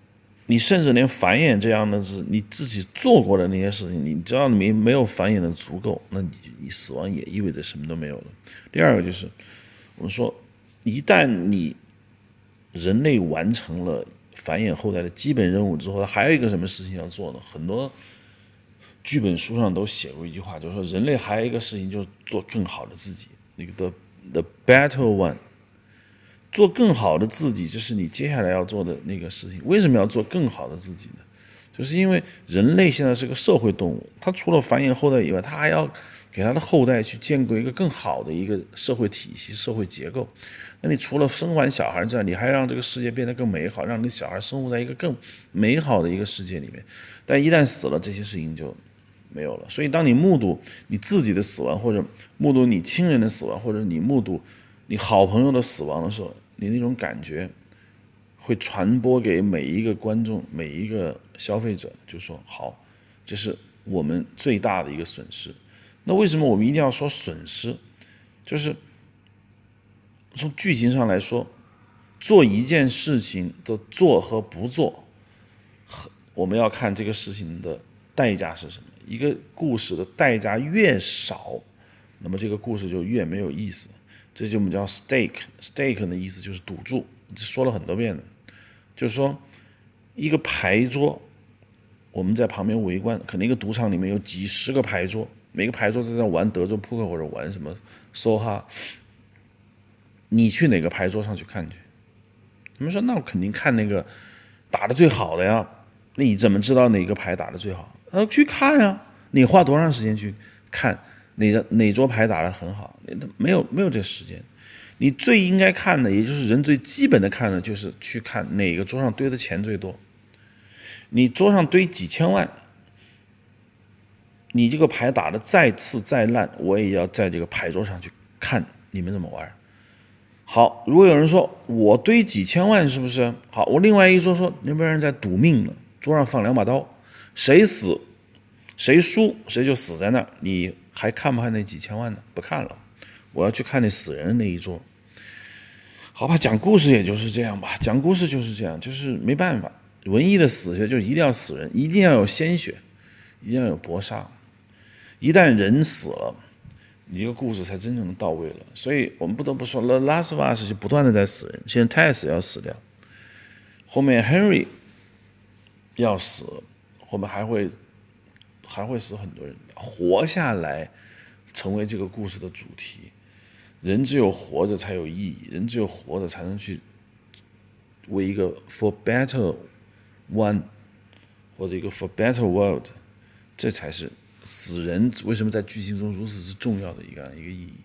你甚至连繁衍这样的是你自己做过的那些事情，你只要你没有繁衍的足够，那你死亡也意味着什么都没有了。第二个就是我们说，一旦你人类完成了繁衍后代的基本任务之后，还有一个什么事情要做呢？很多剧本书上都写过一句话，就是说人类还有一个事情就是做更好的自己，那个 the better one， 做更好的自己，这是你接下来要做的那个事情。为什么要做更好的自己呢？就是因为人类现在是个社会动物，它除了繁衍后代以外，它还要给它的后代去建构一个更好的一个社会体系、社会结构。那你除了生完小孩之外，你还让这个世界变得更美好，让你小孩生活在一个更美好的一个世界里面。但一旦死了，这些事情就没有了。所以当你目睹你自己的死亡，或者目睹你亲人的死亡，或者你目睹你好朋友的死亡的时候，你那种感觉会传播给每一个观众、每一个消费者，就说好，这是我们最大的一个损失。那为什么我们一定要说损失？就是从剧情上来说，做一件事情的做和不做，我们要看这个事情的代价是什么。一个故事的代价越少，那么这个故事就越没有意思。这就我们叫 stake 的意思就是赌注，这说了很多遍了。就是说，一个牌桌，我们在旁边围观，可能一个赌场里面有几十个牌桌，每个牌桌都在玩德州扑克或者玩什么梭哈。你去哪个牌桌上去看去？他们说那我肯定看那个打得最好的呀。那你怎么知道哪个牌打得最好？去看呀。你花多长时间去看哪桌牌打得很好？没有这时间。你最应该看的，也就是人最基本的看的，就是去看哪个桌上堆的钱最多。你桌上堆几千万，你这个牌打得再次再烂，我也要在这个牌桌上去看你们怎么玩。好，如果有人说我堆几千万是不是？好，我另外一桌说那边人在赌命了，桌上放2把刀，谁死谁输谁就死在那儿，你还看不看那几千万呢？不看了，我要去看那死人的那一桌。好吧，讲故事也就是这样吧，讲故事就是这样，就是没办法。文艺的死学就一定要死人，一定要有鲜血，一定要有搏杀。一旦人死了，你这个故事才真正的到位了。所以我们不得不说，《The Last of Us》就不断的在死人，现在 Tess 要死掉，后面 Henry 要死，后面还会死很多人。活下来成为这个故事的主题。人只有活着才有意义，人只有活着才能去为一个 for better one 或者一个 for better world， 这才是死人为什么在剧情中如此之重要的一个意义。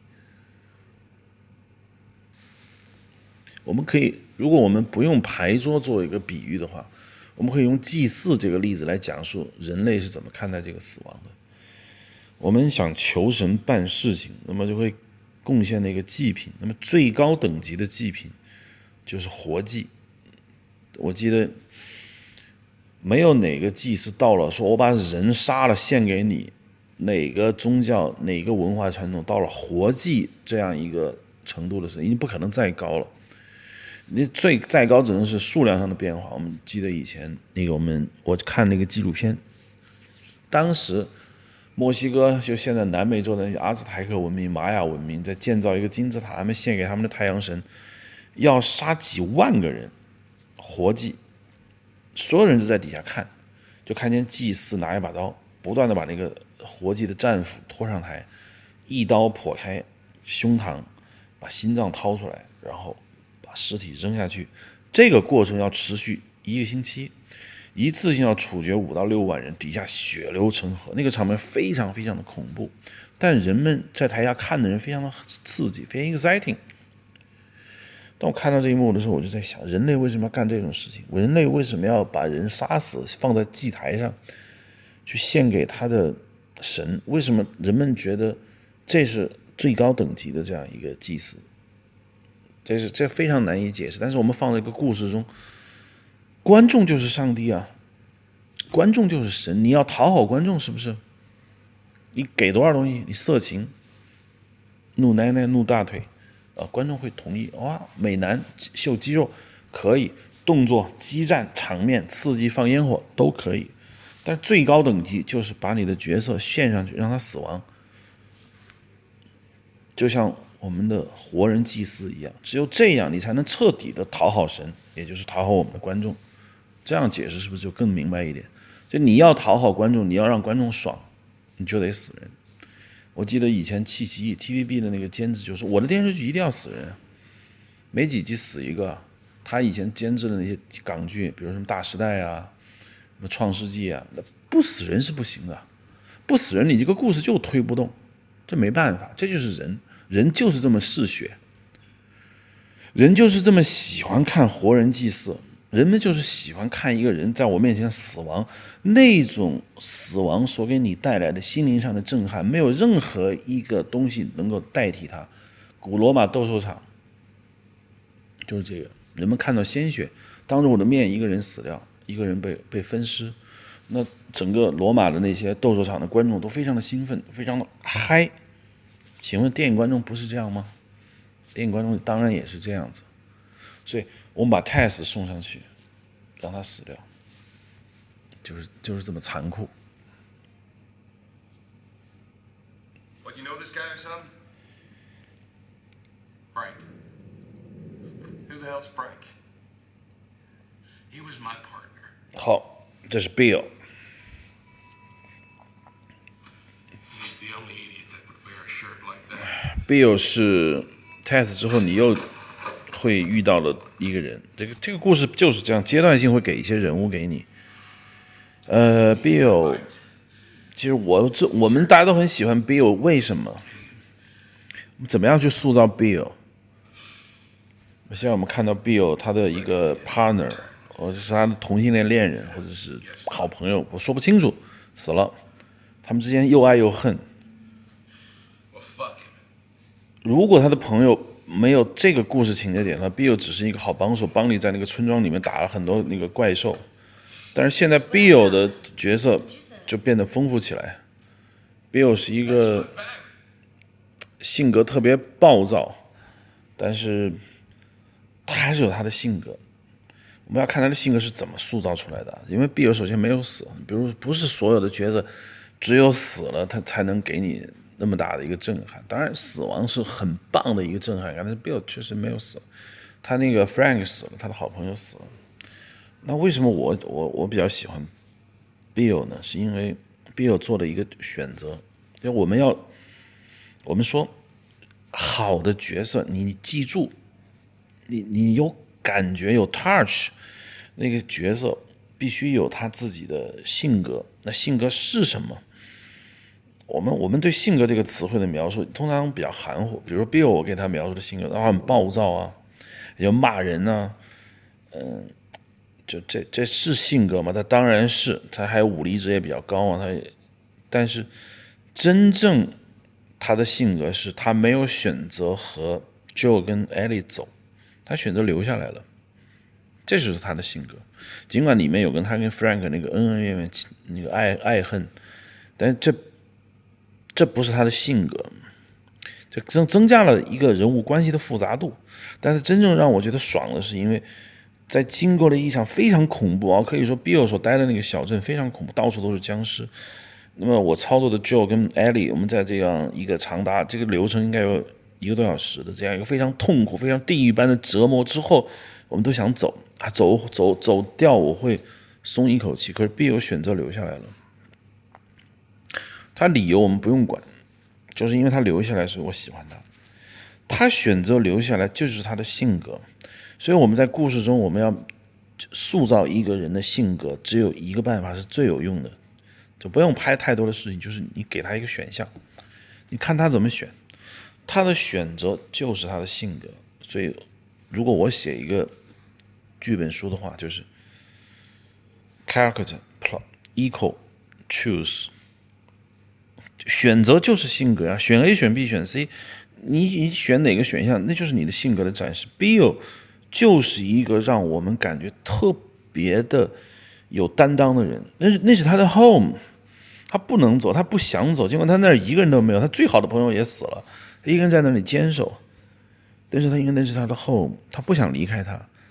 我们可以，如果我们不用牌桌做一个比喻的话，我们可以用祭祀这个例子来讲述人类是怎么看待这个死亡的。我们想求神办事情，那么就会贡献那个祭品，那么最高等级的祭品就是活祭。我记得没有哪个祭是到了说我把人杀了献给你，哪个宗教哪个文化传统到了活祭这样一个程度的时候，已经不可能再高了。你再高只能是数量上的变化。我们记得以前那个我看那个纪录片，当时墨西哥就现在南美洲的阿兹台克文明、玛雅文明在建造一个金字塔，他们献给他们的太阳神，要杀几万个人活祭，所有人都在底下看，就看见祭司拿一把刀，不断的把那个活祭的战俘拖上台，一刀剖开胸膛，把心脏掏出来，然后把尸体扔下去。这个过程要持续1个星期，一次性要处决5到6万人，底下血流成河，那个场面非常非常的恐怖，但人们在台下看的人非常的刺激，非常 exciting。当我看到这一幕的时候，我就在想，人类为什么要干这种事情？人类为什么要把人杀死放在祭台上去献给他的神？为什么人们觉得这是最高等级的这样一个祭祀？这非常难以解释。但是我们放在一个故事中，观众就是上帝啊，观众就是神，你要讨好观众，是不是？你给多少东西，你色情、怒奶奶、怒大腿，观众会同意。哇，美男秀肌肉可以， 动作、激战场面、刺激、放烟火都可以，但是最高等级就是把你的角色献上去，让他死亡，就像我们的活人祭司一样，只有这样你才能彻底的讨好神，也就是讨好我们的观众。这样解释是不是就更明白一点？就你要讨好观众，你要让观众爽，你就得死人。我记得以前七奇艺 TVB 的那个监制就是我的电视剧一定要死人，没几集死一个。他以前监制的那些港剧，比如什么《大时代》啊、什么《创世纪》啊，那不死人是不行的，不死人你这个故事就推不动，这没办法，这就是人，人就是这么嗜血，人就是这么喜欢看活人祭祀，人们就是喜欢看一个人在我面前死亡，那种死亡所给你带来的心灵上的震撼，没有任何一个东西能够代替它。古罗马斗兽场就是这个。人们看到鲜血，当着我的面，一个人死掉，一个人被分尸，那整个罗马的那些斗兽场的观众都非常的兴奋，非常的嗨。请问电影观众不是这样吗？电影观众当然也是这样子。所以我们把 Tess 送上去，让他死掉，就是这么残酷。 What, you know this guy or something? Frank. Who the hell's Frank? He was my partner. 好，这是 Bill。 He's the only idiot that would wear a shirt like that. Bill 是 Tess 之后你又会遇到了一个人，这个故事就是这样，阶段性会给一些人物给你。Bill， 其实我们大家都很喜欢 Bill， 为什么？怎么样去塑造 Bill？ 现在我们看到 Bill 他的一个 partner， 或者是他的同性恋恋人，或者是好朋友，我说不清楚，死了，他们之间又爱又恨。如果他的朋友没有这个故事情节点的话 ，Bill 只是一个好帮手，帮你在那个村庄里面打了很多那个怪兽。但是现在 Bill 的角色就变得丰富起来。Bill 是一个性格特别暴躁，但是他还是有他的性格。我们要看他的性格是怎么塑造出来的，因为 Bill 首先没有死，比如不是所有的角色只有死了他才能给你那么大的一个震撼。当然死亡是很棒的一个震撼感，但是 Bill 确实没有死。他那个 Frank 死了，他的好朋友死了。那为什么我比较喜欢 Bill 呢？是因为 Bill 做了一个选择，就我们说好的角色，你记住，你有感觉有 touch， 那个角色必须有他自己的性格。那性格是什么？我们对性格这个词汇的描述通常比较含糊，比如说 Bill 我给他描述的性格，他很暴躁啊，要骂人啊，就这是性格吗？他当然是，他还有武力值也比较高啊，但是真正他的性格是他没有选择和 Joe 跟 Ellie 走，他选择留下来了，这就是他的性格。尽管里面有他跟 Frank 那个恩恩怨怨，那个爱恨，但是这不是他的性格，这增加了一个人物关系的复杂度。但是真正让我觉得爽的是，因为在经过了一场非常恐怖啊，可以说 Bill 所待的那个小镇非常恐怖，到处都是僵尸。那么我操作的 Joe 跟 Ellie， 我们在这样一个长达这个流程应该有1个多小时的这样一个非常痛苦、非常地狱般的折磨之后，我们都想走啊，走掉我会松一口气。可是 Bill 选择留下来了，他理由我们不用管，就是因为他留下来，所以我喜欢他。他选择留下来就是他的性格。所以我们在故事中，我们要塑造一个人的性格，只有一个办法是最有用的，就不用拍太多的事情，就是你给他一个选项，你看他怎么选，他的选择就是他的性格。所以如果我写一个剧本书的话，就是 character plot equal choose， 选择就是性格啊，选 A 选 B 选 C， 你选哪个选项，那就是你的性格的展示。Bill 就是一个让我们感觉特别的有担当的人，那是他的 home， 他不能走，他不想走，尽管他那儿一个人都没有，他最好的朋友也死了，他一个人在那里坚守，但是他因为那是他的 home， 他不想离开他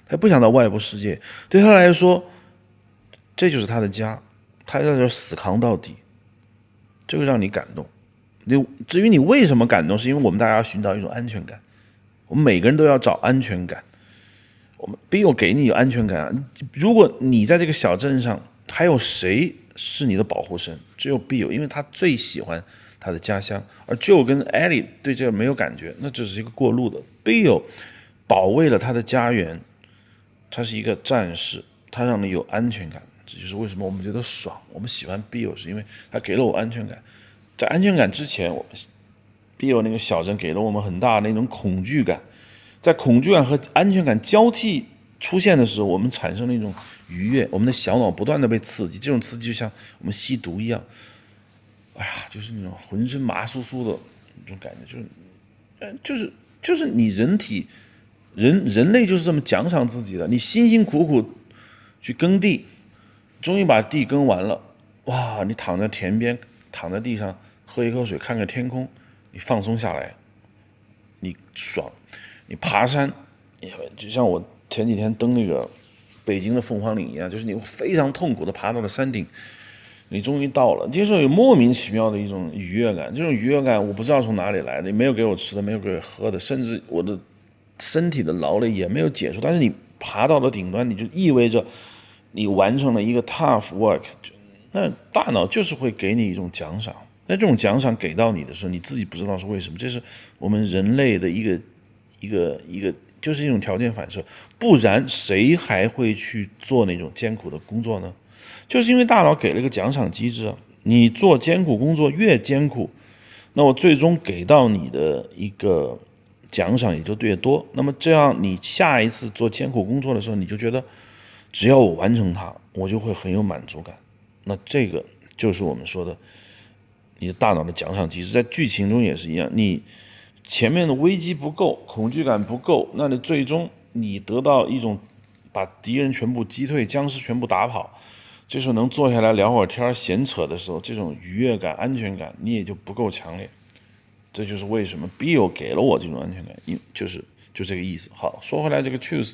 他不想到外部世界。对他来说，这就是他的家，他在这死扛到底，这个让你感动。至于你为什么感动，是因为我们大家要寻找一种安全感，我们每个人都要找安全感。我们 Bill 给你有安全感啊！如果你在这个小镇上，还有谁是你的保护神？只有 Bill， 因为他最喜欢他的家乡，而 Joe 跟 Ellie 对这个没有感觉，那只是一个过路的。Bill 保卫了他的家园，他是一个战士，他让你有安全感，这就是为什么我们觉得爽。我们喜欢 Bill 是因为他给了我安全感。在安全感之前，我们 Bill 那个小镇给了我们很大的那种恐惧感。在恐惧感和安全感交替出现的时候，我们产生了一种愉悦，我们的小脑不断的被刺激，这种刺激就像我们吸毒一样，哎呀，就是那种浑身麻酥酥的那种感觉，就是你人类就是这么奖赏自己的，你辛辛苦苦去耕地，终于把地耕完了，哇，你躺在田边，躺在地上喝一口水，看个天空，你放松下来，你爽。你爬山，就像我前几天登那个北京的凤凰岭一样，就是你非常痛苦的爬到了山顶，你终于到了，就是有莫名其妙的一种愉悦感。这种愉悦感我不知道从哪里来的，没有给我吃的，没有给我喝的，甚至我的身体的劳累也没有解除。但是你爬到了顶端，你就意味着你完成了一个 tough work， 那大脑就是会给你一种奖赏。那这种奖赏给到你的时候，你自己不知道是为什么，这是我们人类的一个就是一种条件反射，不然谁还会去做那种艰苦的工作呢？就是因为大脑给了一个奖赏机制啊，你做艰苦工作越艰苦，那我最终给到你的一个奖赏也就越多。那么这样你下一次做艰苦工作的时候，你就觉得只要我完成它，我就会很有满足感。那这个就是我们说的你的大脑的奖赏机制，在剧情中也是一样，你前面的危机不够，恐惧感不够，那你最终你得到一种把敌人全部击退，僵尸全部打跑，这时候能坐下来聊会儿天闲扯的时候，这种愉悦感安全感你也就不够强烈。这就是为什么 Bill 给了我这种安全感，就这个意思。好，说回来这个 choose，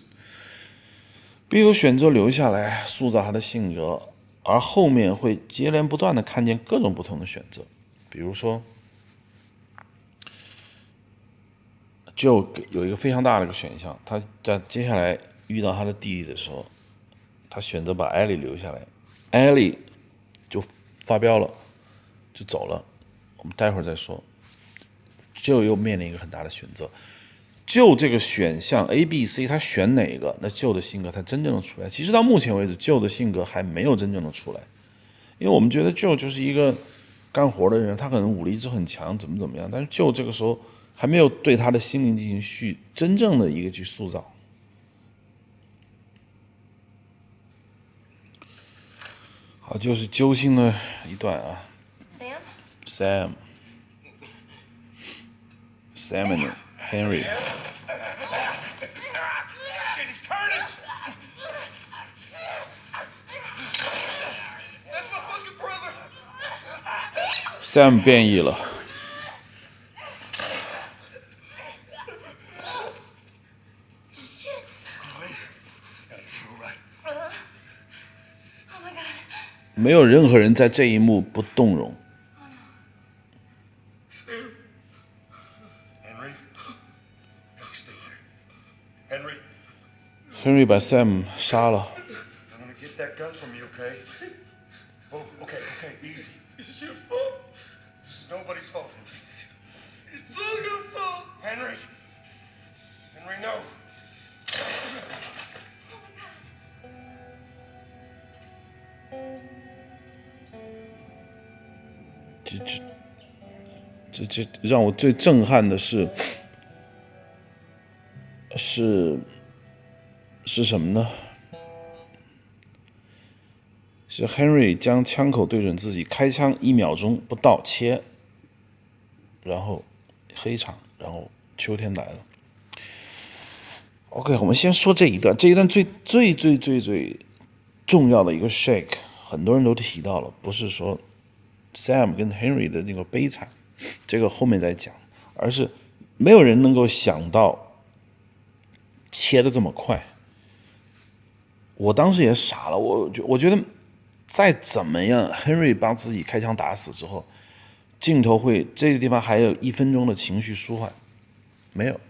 Bill 选择留下来塑造他的性格，而后面会接连不断的看见各种不同的选择，比如说就有一个非常大的一个选项，他在接下来遇到他的弟弟的时候，他选择把艾莉留下来，艾莉就发飙了，就走了。我们待会儿再说。就又面临一个很大的选择，就这个选项 A、B、C， 他选哪个，那就的性格才真正的出来。其实到目前为止，就的性格还没有真正的出来，因为我们觉得就就是一个干活的人，他可能武力值很强，怎么样，但是就这个时候还没有对他的心灵进行真正的一个去塑造。好，就是揪心的一段啊。Sam and Henry。Sam 变异了。没有任何人在这一幕不动容。Henry 把 Sam 杀了。 Nobody's fault. It's all your fault. Henry, no. 这让我最震撼的是什么呢？是 Henry 将枪口对准自己，开枪1秒钟不到切，然后黑场，然后秋天来了。OK， 我们先说这一段最重要的一个 shake， 很多人都提到了，不是说 Sam 跟 Henry 的那个悲惨，这个后面再讲，而是没有人能够想到切得这么快。 我当时也傻了，我觉得再怎么样，Henry 把自己开枪打死之后，镜头会这个地方还有1分钟的情绪舒缓，没有，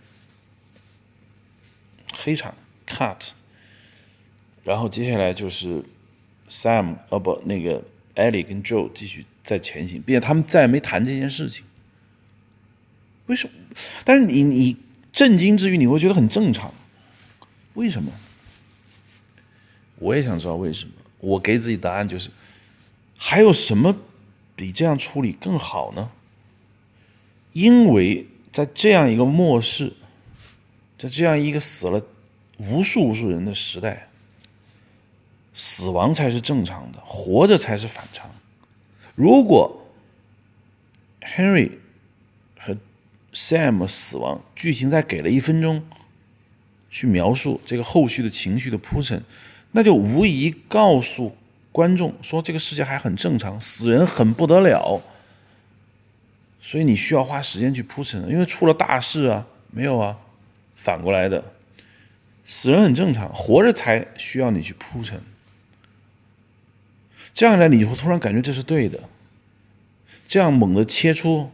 黑场 cut， 然后接下来就是 Sam 那个 Ellie 跟 Joe 继续再前行，并且他们再也没谈这件事情。为什么？但是你震惊之余，你会觉得很正常。为什么？我也想知道为什么。我给自己答案就是，还有什么比这样处理更好呢？因为在这样一个末世，在这样一个死了无数人的时代，死亡才是正常的，活着才是反常。如果 Henry 和 Sam 死亡，剧情再给了1分钟去描述这个后续的情绪的铺陈，那就无疑告诉观众说这个世界还很正常，死人很不得了，所以你需要花时间去铺陈，因为出了大事啊，没有啊，反过来的，死人很正常，活着才需要你去铺陈。这样呢，你会突然感觉这是对的，这样猛地切出，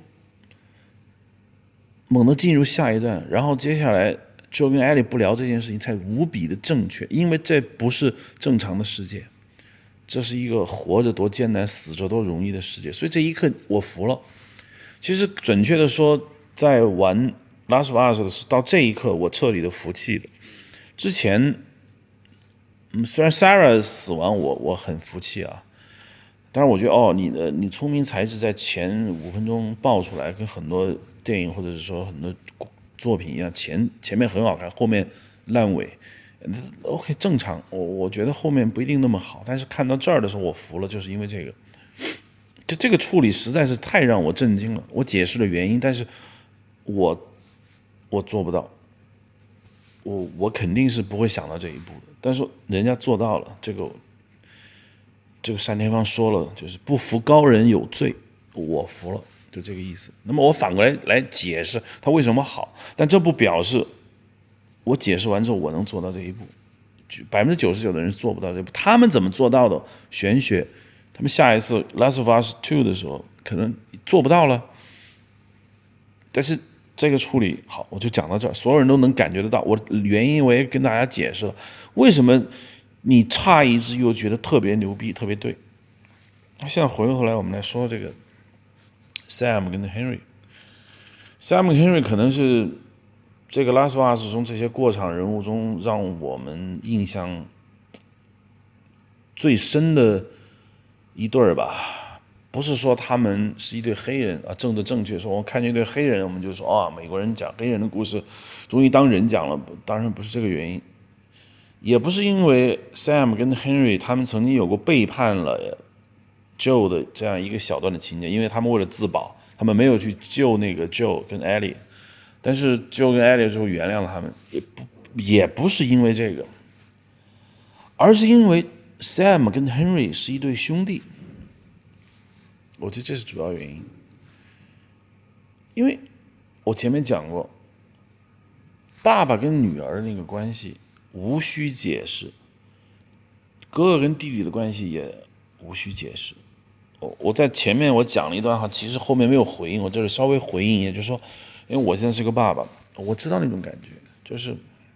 猛地进入下一段，然后接下来就跟艾莉不聊这件事情才无比的正确，因为这不是正常的世界，这是一个活着多艰难死着多容易的世界，所以这一刻我服了。其实准确的说，在玩《Last of Us》的时候，到这一刻我彻底的服气了。之前虽然 Sarah 死亡我很服气啊，但是我觉得你聪明才智在前5分钟爆出来，跟很多电影或者是说很多作品一样，前面很好看，后面烂尾 ，OK 正常。我觉得后面不一定那么好，但是看到这儿的时候我服了，就是因为这个，就这个处理实在是太让我震惊了。我解释了原因，但是我做不到，我肯定是不会想到这一步的。但是人家做到了，这个单田芳说了，就是不服高人有罪，我服了。就这个意思。那么我反过来解释它为什么好，但这不表示我解释完之后我能做到这一步。99%的人做不到这一步，他们怎么做到的？玄学，他们下一次《Last of Us 2》的时候可能做不到了。但是这个处理好，我就讲到这儿，所有人都能感觉得到。我原因我也跟大家解释了，为什么你诧异之余又觉得特别牛逼，特别对。现在回过头来，我们来说这个。Sam 跟 Henry 跟 Henry 可能是这个《Last of Us》中这些过场人物中让我们印象最深的一对儿吧。不是说他们是一对黑人啊，政治正确，说我看见一对黑人，我们就说美国人讲黑人的故事，终于当人讲了。当然不是这个原因，也不是因为 Sam 跟 Henry 他们曾经有过背叛了Joe 的这样一个小段的情节，因为他们为了自保，他们没有去救那个 Joe 跟 Ellie， 但是 Joe 跟 Ellie 之后原谅了他们，也不是因为这个，而是因为 Sam 跟 Henry 是一对兄弟，我觉得这是主要原因。因为我前面讲过，爸爸跟女儿那个关系无需解释，哥哥跟弟弟的关系也无需解释。我在前面我讲了一段话，其实后面没有回应，我这里稍微回应，也就是说，因为我现在是个爸爸，我知道那种感觉，就是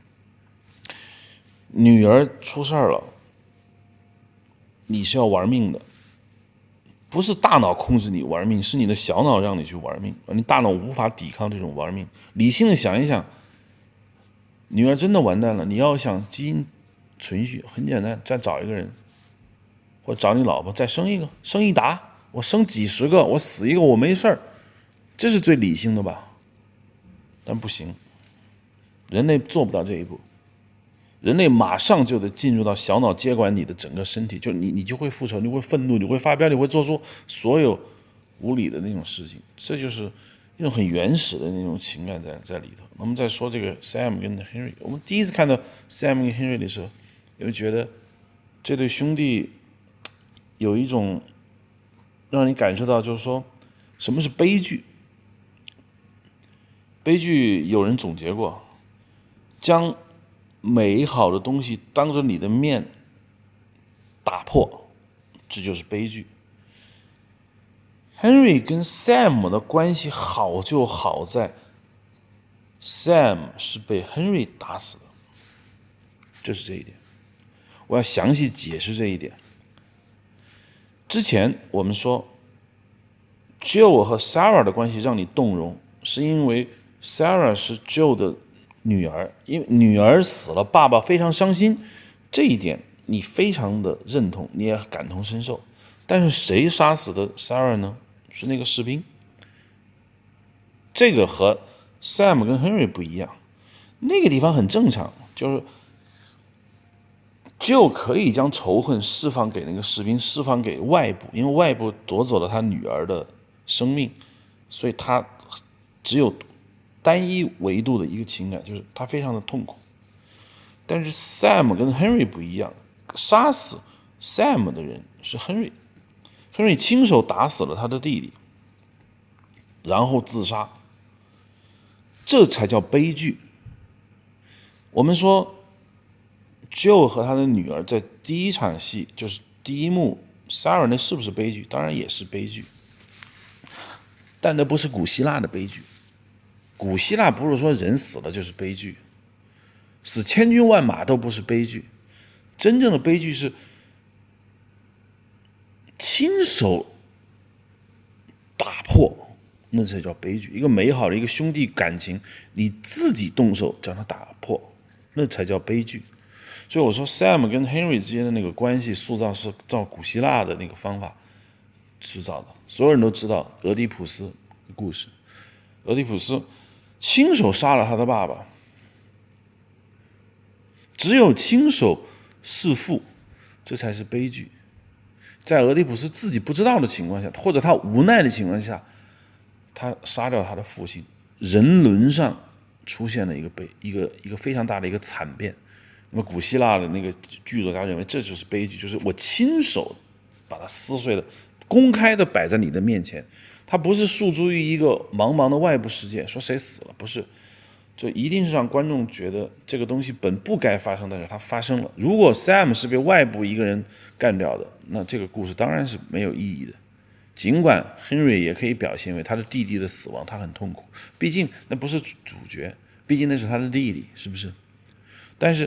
女儿出事了，你是要玩命的，不是大脑控制你玩命，是你的小脑让你去玩命，你大脑无法抵抗这种玩命。理性的想一想，女儿真的完蛋了，你要想基因存续，很简单，再找一个人。或找你老婆再生一个，生一打，我生几十个，我死一个我没事儿，这是最理性的吧？但不行，人类做不到这一步，人类马上就得进入到小脑接管你的整个身体，就你就会复仇，你会愤怒，你会发飙，你会做出所有无理的那种事情，这就是一种很原始的那种情感在里头。我们再说这个 Sam 跟 Henry， 我们第一次看到 Sam 跟 Henry 的时候，也会觉得这对兄弟有一种让你感受到，就是说什么是悲剧。悲剧有人总结过，将美好的东西当着你的面打破，这就是悲剧。Henry 跟 Sam 的关系好就好在 Sam 是被 Henry 打死的，就是这一点。我要详细解释这一点。之前我们说 Jill 和 Sarah 的关系让你动容，是因为 Sarah 是 Jill 的女儿，因为女儿死了，爸爸非常伤心，这一点你非常的认同，你也感同身受。但是谁杀死的 Sarah 呢？是那个士兵。这个和 Sam 跟 Henry 不一样，那个地方很正常，就是Jill 可以将仇恨释放给那个士兵，释放给外部，因为外部夺走了他女儿的生命，所以他只有单一维度的一个情感，就是他非常的痛苦。但是 Sam 跟 Henry 不一样，杀死 Sam 的人是 Henry 亲手打死了他的弟弟，然后自杀，这才叫悲剧。我们说 Jill 和他的女儿在第一场戏，就是第一幕 Sarah 那是不是悲剧？当然也是悲剧，但那不是古希腊的悲剧。古希腊不是说人死了就是悲剧，死千军万马都不是悲剧，真正的悲剧是亲手打破，那才叫悲剧。一个美好的一个兄弟感情，你自己动手将它打破，那才叫悲剧。所以我说 Sam 跟 Henry 之间的那个关系塑造是照古希腊的那个方法制造的。所有人都知道俄狄浦斯的故事，俄狄浦斯亲手杀了他的爸爸，只有亲手弑父，这才是悲剧。在俄狄浦斯自己不知道的情况下，或者他无奈的情况下，他杀掉他的父亲，人伦上出现了一个非常大的一个惨变。那么古希腊的那个剧作家认为这就是悲剧，就是我亲手把它撕碎了，公开的摆在你的面前，它不是诉诸于一个茫茫的外部世界，说谁死了，不是，就一定是让观众觉得这个东西本不该发生，但是它发生了。如果 Sam 是被外部一个人干掉的，那这个故事当然是没有意义的。尽管 Henry 也可以表现为他的弟弟的死亡他很痛苦，毕竟那不是主角，毕竟那是他的弟弟，是不是？但是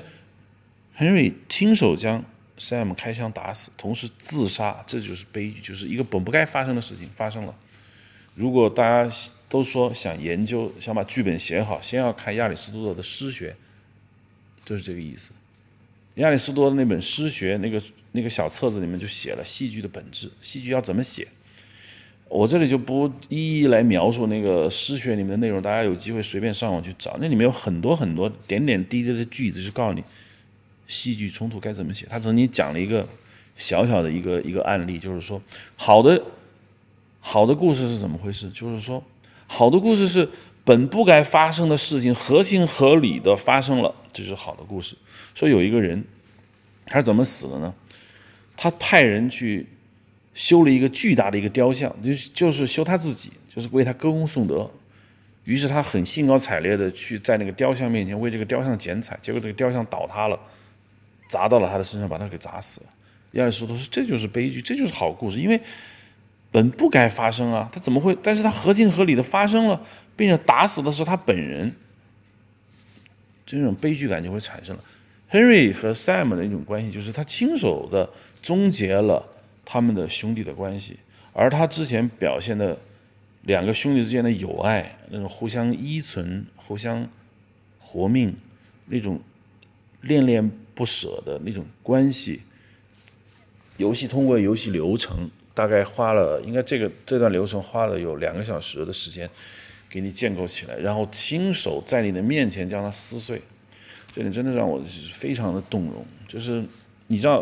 Henry 亲手将 Sam 开枪打死，同时自杀，这就是悲剧，就是一个本不该发生的事情发生了。如果大家都说想研究，想把剧本写好，先要看亚里士多德的诗学，就是这个意思。亚里士多德那本诗学那个小册子里面就写了戏剧的本质，戏剧要怎么写。我这里就不一一来描述那个诗学里面的内容，大家有机会随便上网去找，那里面有很多很多点点滴滴的句子，就告诉你戏剧冲突该怎么写。他曾经讲了一个小小的一个案例，就是说好的故事是怎么回事？就是说好的故事是本不该发生的事情合情合理的发生了，这就是好的故事。说有一个人他是怎么死的呢？他派人去修了一个巨大的一个雕像，就是修他自己，就是为他歌功颂德。于是他很兴高采烈的去在那个雕像面前为这个雕像剪彩，结果这个雕像倒塌了，砸到了他的身上，把他给砸死了。亚里士多德说这就是悲剧，这就是好故事，因为本不该发生啊，他怎么会？但是他合情合理的发生了，并且打死的是他本人，这种悲剧感就会产生了。Henry 和 Sam 的一种关系，就是他亲手的终结了他们的兄弟的关系，而他之前表现的两个兄弟之间的友爱，那种互相依存、互相活命，那种恋恋不舍的那种关系，通过游戏流程，大概花了，应该这段流程花了有2个小时的时间给你建构起来，然后亲手在你的面前将它撕碎。这点真的让我非常的动容。就是你知道，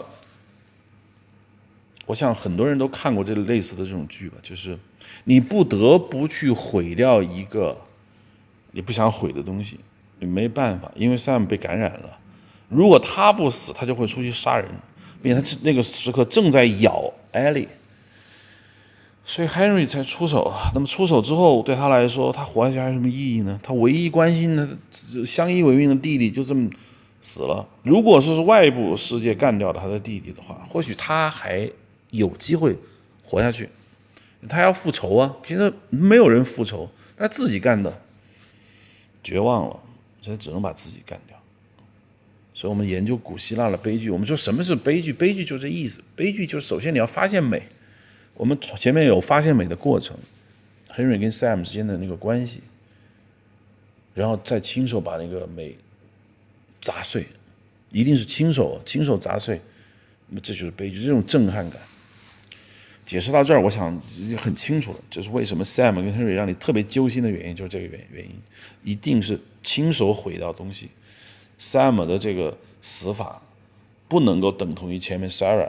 我想很多人都看过这类似的这种剧吧，就是你不得不去毁掉一个你不想毁的东西，你没办法，因为 Sam 被感染了，如果他不死，他就会出去杀人，并且他那个时刻正在咬 Ellie， 所以 Henry 才出手。那么出手之后，对他来说，他活下去还有什么意义呢？他唯一关心的相依为命的弟弟就这么死了。如果说是外部世界干掉他的弟弟的话，或许他还有机会活下去。他要复仇啊，现在没有人复仇，他自己干的，绝望了，所以只能把自己干掉。所以我们研究古希腊的悲剧，我们说什么是悲剧？悲剧就这意思，悲剧就是首先你要发现美，我们前面有发现美的过程，Henry 跟 Sam 之间的那个关系，然后再亲手把那个美砸碎，一定是亲手砸碎，那么这就是悲剧，这种震撼感。解释到这儿，我想很清楚了，就是为什么 Sam 跟 Henry 让你特别揪心的原因，就是这个原因，一定是亲手毁掉东西。Sam 的这个死法不能够等同于前面 Sarah。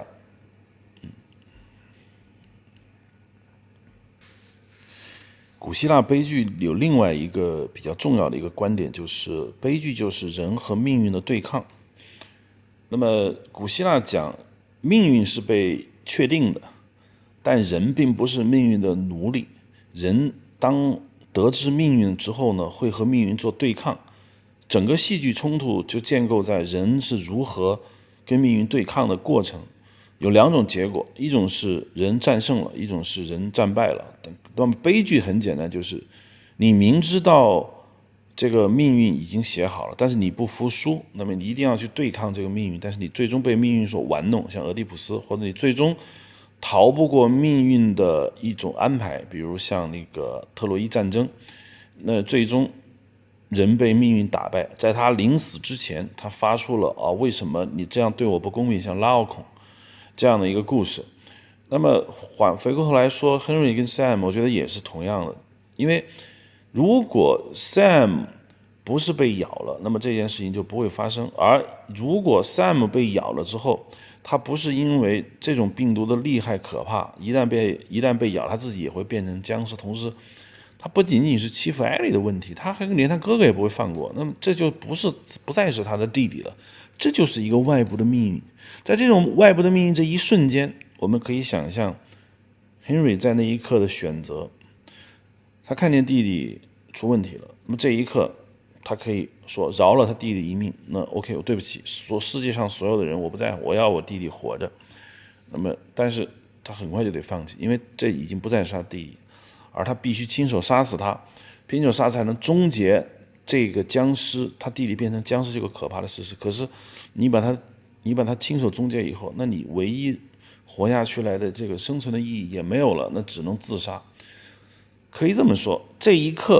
古希腊悲剧有另外一个比较重要的一个观点，就是悲剧就是人和命运的对抗。那么古希腊讲命运是被确定的，但人并不是命运的奴隶。人当得知命运之后呢，会和命运做对抗。整个戏剧冲突就建构在人是如何跟命运对抗的过程。有两种结果，一种是人战胜了，一种是人战败了。那么悲剧很简单，就是你明知道这个命运已经写好了，但是你不服输，那么你一定要去对抗这个命运，但是你最终被命运所玩弄，像俄狄浦斯，或者你最终逃不过命运的一种安排，比如像那个特洛伊战争，那最终人被命运打败，在他临死之前，他发出了为什么你这样对我不公平，像拉奥孔这样的一个故事。那么回过头来说 Henry 跟 Sam 我觉得也是同样的，因为如果 Sam 不是被咬了，那么这件事情就不会发生，而如果 Sam 被咬了之后，他不是因为这种病毒的厉害可怕，一旦被咬他自己也会变成僵尸，同时他不仅仅是欺负艾莉的问题，他还连他哥哥也不会放过，那么这就不再是他的弟弟了，这就是一个外部的命运。在这种外部的命运这一瞬间，我们可以想象 Henry 在那一刻的选择，他看见弟弟出问题了，那么这一刻他可以说饶了他弟弟一命，那 OK 我对不起世界上所有的人，我不在乎，我要我弟弟活着。那么但是他很快就得放弃，因为这已经不再是他弟弟，而他必须亲手杀死他，亲手杀死才能终结这个僵尸，他弟弟变成僵尸这个可怕的事实。可是你把他亲手终结以后，那你唯一活下去来的这个生存的意义也没有了，那只能自杀。可以这么说，这一刻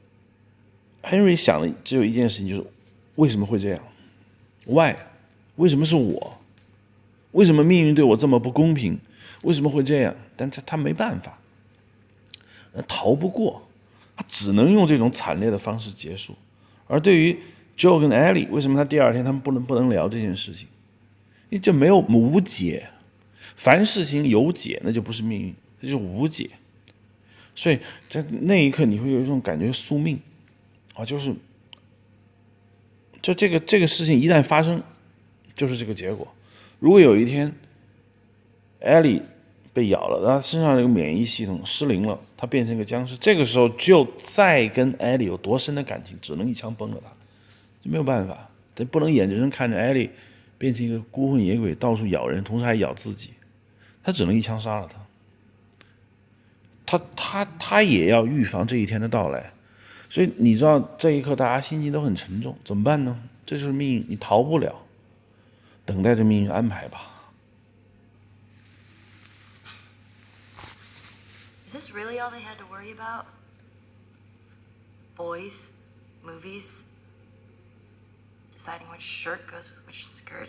Henry 想的只有一件事情，就是为什么会这样 Why 为什么是我，为什么命运对我这么不公平，为什么会这样，但他没办法，逃不过，他只能用这种惨烈的方式结束。而对于 Joe 跟 Ellie， 为什么他第二天他们不能聊这件事情，因为这没有无解，凡事情有解那就不是命运，这就是无解。所以在那一刻你会有一种感觉宿命就是这个事情一旦发生就是这个结果。如果有一天 Ellie 被咬了，他身上这个免疫系统失灵了，他变成一个僵尸，这个时候就再跟 Ellie 有多深的感情，只能一枪崩了他，就没有办法，他不能眼睁睁看着 Ellie 变成一个孤魂野鬼，到处咬人，同时还咬自己，他只能一枪杀了他。他也要预防这一天的到来，所以你知道这一刻大家心情都很沉重，怎么办呢？这就是命运，你逃不了，等待着命运安排吧。 Is this really all they had to worry about? Boys, movies, deciding which shirt goes with which skirt.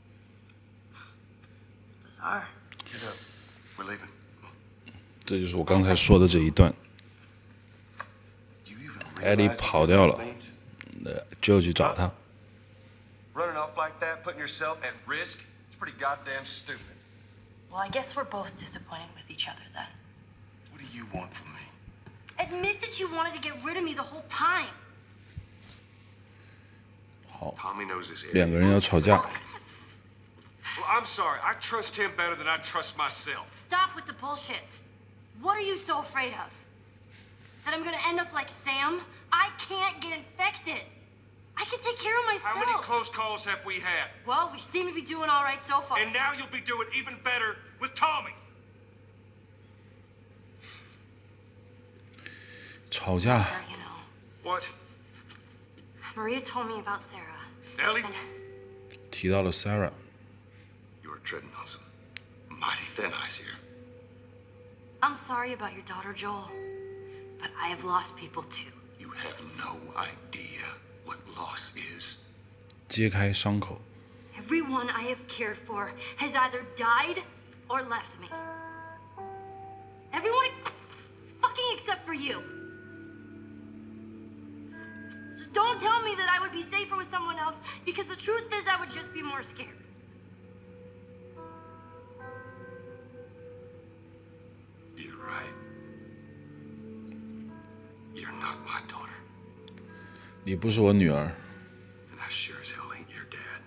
It's bizarre. Get up. We're leaving. 这就是我刚才说的这一段。艾莉跑掉了，Joe 去找他。 Running off like that, putting yourself at risk, it's pretty goddamn stupid. Well, I guess we're both disappointed with each other then. What do you want from me? Admit that you wanted to get rid of me the whole time. 好， Tommy knows this. 两个人要吵架。 Well, I'm sorry. I trust him better than I trust myself. Stop with the bullshit. What are you so afraid of? That I'm gonna end up like Sam? I can't get infected. I can take care of myself. How many close calls have we had? Well, we seem to be doing all right so far. And now you'll be doing even better with Tommy. 吵架 You know, What? Maria told me about Sarah. Ellie? And 提到了 Sarah， You are treading on some mighty thin ice here. I'm sorry about your daughter, Joel. But I have lost people too. You have no idea what loss is. 揭开伤口。 Everyone I have cared for has either died or left me. Everyone fucking except for you. So don't tell me that I would be safer with someone else, because the truth is I would just be more scared. You're right. You're not my daughter. 你不是我女儿， And I sure as hell ain't your dad.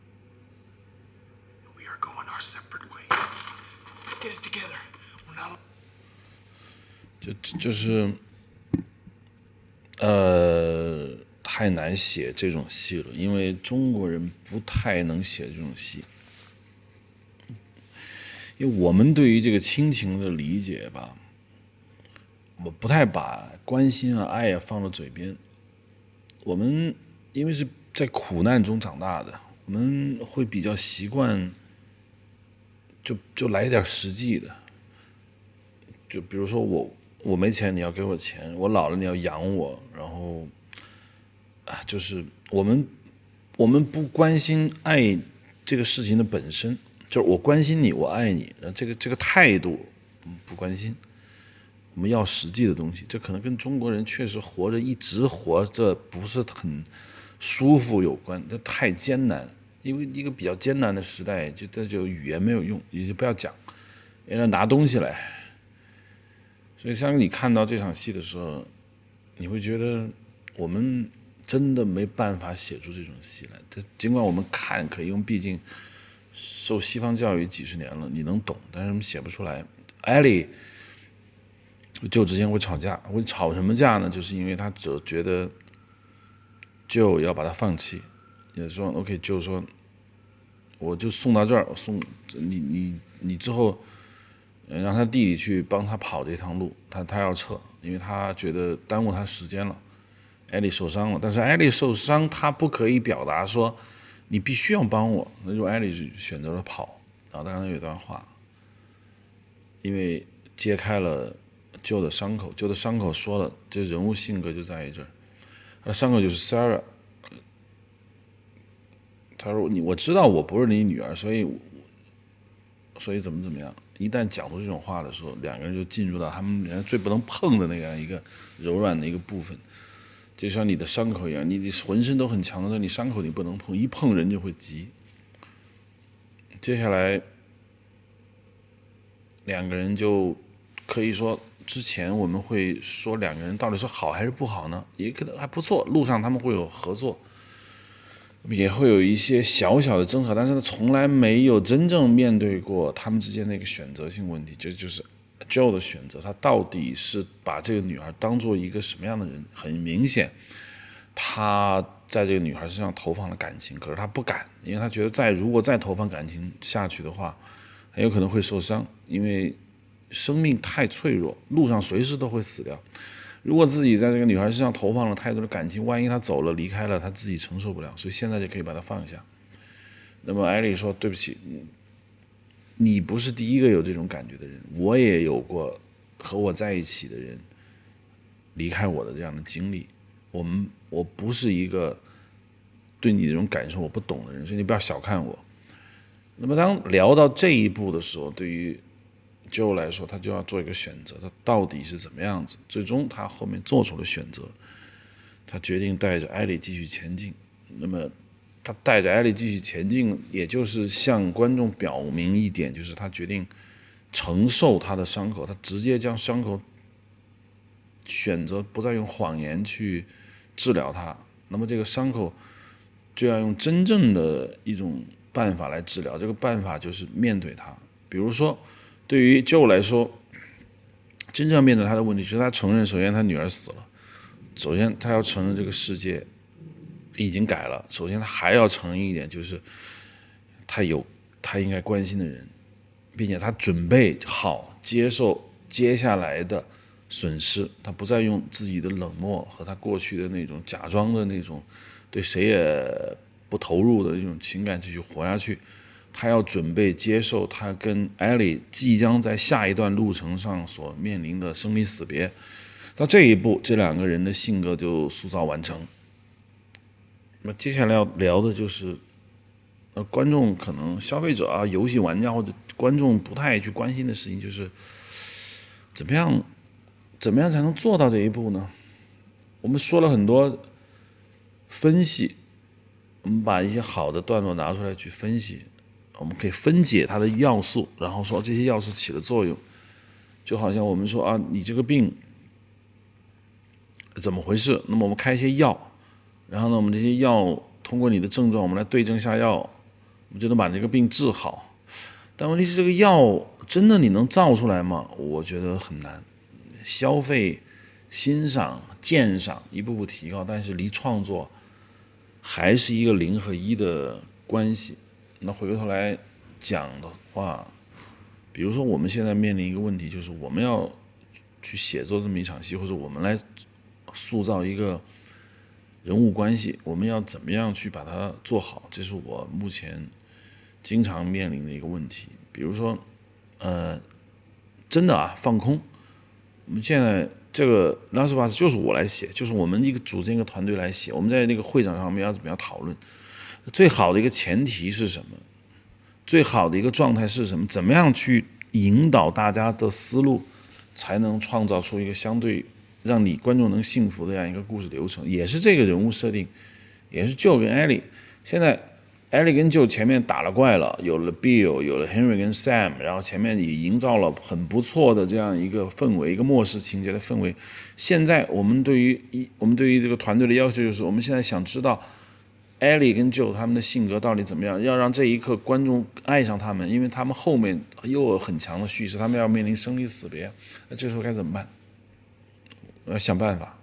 We are going our separate ways. Get it together. We're not. 就是太难写这种戏了，因为中国人不太能写这种戏。因为我们对于这个亲情的理解吧，我不太把关心啊、爱啊放到嘴边。我们因为是在苦难中长大的，我们会比较习惯就来点实际的。就比如说我没钱，你要给我钱；我老了，你要养我。然后就是我们不关心爱这个事情的本身，就是我关心你，我爱你，这个态度不关心。我们要实际的东西，这可能跟中国人确实一直活着不是很舒服有关，这太艰难。因为一个比较艰难的时代，这就语言没有用，你就不要讲，要拿东西来。所以，当你看到这场戏的时候，你会觉得我们真的没办法写出这种戏来。尽管我们看可以用，毕竟受西方教育几十年了，你能懂，但是我们写不出来。艾莉就之前会吵架，会吵什么架呢？就是因为他只觉得就要把他放弃，也说 OK， 就说我就送到这儿，我送你之后。让他弟弟去帮他跑这趟路，他要撤，因为他觉得耽误他时间了。艾莉受伤了，但是艾莉受伤，他不可以表达说你必须要帮我，那就艾莉选择了跑。然后他刚才有一段话，因为揭开了旧的伤口，旧的伤口说了，这人物性格就在于这儿。他的伤口就是 Sarah， 他说我知道我不是你女儿，所以怎么样。一旦讲出这种话的时候，两个人就进入到他们人最不能碰的那样一个柔软的一个部分，就像你的伤口一样，你浑身都很强的，你伤口你不能碰，一碰人就会急。接下来，两个人就可以说，之前我们会说两个人到底是好还是不好呢？也可能还不错，路上他们会有合作。也会有一些小小的争吵，但是他从来没有真正面对过他们之间的一个选择性问题，这就是 Joe 的选择，他到底是把这个女孩当做一个什么样的人？很明显，他在这个女孩身上投放了感情，可是他不敢，因为他觉得如果再投放感情下去的话，很有可能会受伤，因为生命太脆弱，路上随时都会死掉。如果自己在这个女孩身上投放了太多的感情，万一她走了离开了，她自己承受不了，所以现在就可以把她放下。那么艾莉说：“对不起，你不是第一个有这种感觉的人，我也有过和我在一起的人离开我的这样的经历。我不是一个对你这种感受我不懂的人，所以你不要小看我。”那么当聊到这一步的时候，对于Joe 来说，他就要做一个选择，他到底是怎么样子？最终他后面做出了选择，他决定带着艾莉继续前进。那么他带着艾莉继续前进，也就是向观众表明一点，就是他决定承受他的伤口，他直接将伤口选择不再用谎言去治疗它。那么这个伤口就要用真正的一种办法来治疗，这个办法就是面对它。比如说对于 Joe 来说，真正面对他的问题是他承认，首先他女儿死了，首先他要承认这个世界已经改了。首先，他还要承认一点，就是他有他应该关心的人，并且他准备好接受接下来的损失，他不再用自己的冷漠和他过去的那种假装的那种对谁也不投入的这种情感继续活下去。他要准备接受他跟艾莉即将在下一段路程上所面临的生离死别。到这一步，这两个人的性格就塑造完成。那么接下来要聊的就是，观众可能消费者啊、游戏玩家或者观众不太去关心的事情，就是怎么样才能做到这一步呢？我们说了很多分析，我们把一些好的段落拿出来去分析。我们可以分解它的要素，然后说这些要素起了作用，就好像我们说啊，你这个病怎么回事？那么我们开一些药，然后呢，我们这些药通过你的症状，我们来对症下药，我们就能把这个病治好。但问题是，这个药真的你能造出来吗？我觉得很难。消费、欣赏、鉴赏一步步提高，但是离创作还是一个0和1的关系。那回过头来讲的话，比如说我们现在面临一个问题，就是我们要去写作这么一场戏，或者我们来塑造一个人物关系，我们要怎么样去把它做好？这是我目前经常面临的一个问题。比如说，真的啊，放空。我们现在这个《Last of Us》就是我来写，就是我们一个组建一个团队来写。我们在那个会场上，我们要怎么样讨论？最好的一个前提是什么？最好的一个状态是什么？怎么样去引导大家的思路，才能创造出一个相对让你观众能幸福的这样一个故事流程？也是这个人物设定，也是 Joe 跟 Ellie。现在 Ellie 跟 Joe 前面打了怪了，有了 Bill， 有了 Henry 跟 Sam， 然后前面也营造了很不错的这样一个氛围，一个末世情节的氛围。现在我们对于这个团队的要求就是，我们现在想知道Ellie 跟 Joe 他们的性格到底怎么样，要让这一刻观众爱上他们，因为他们后面又有很强的叙事，他们要面临生离死别，那这时候该怎么办？我要想办法。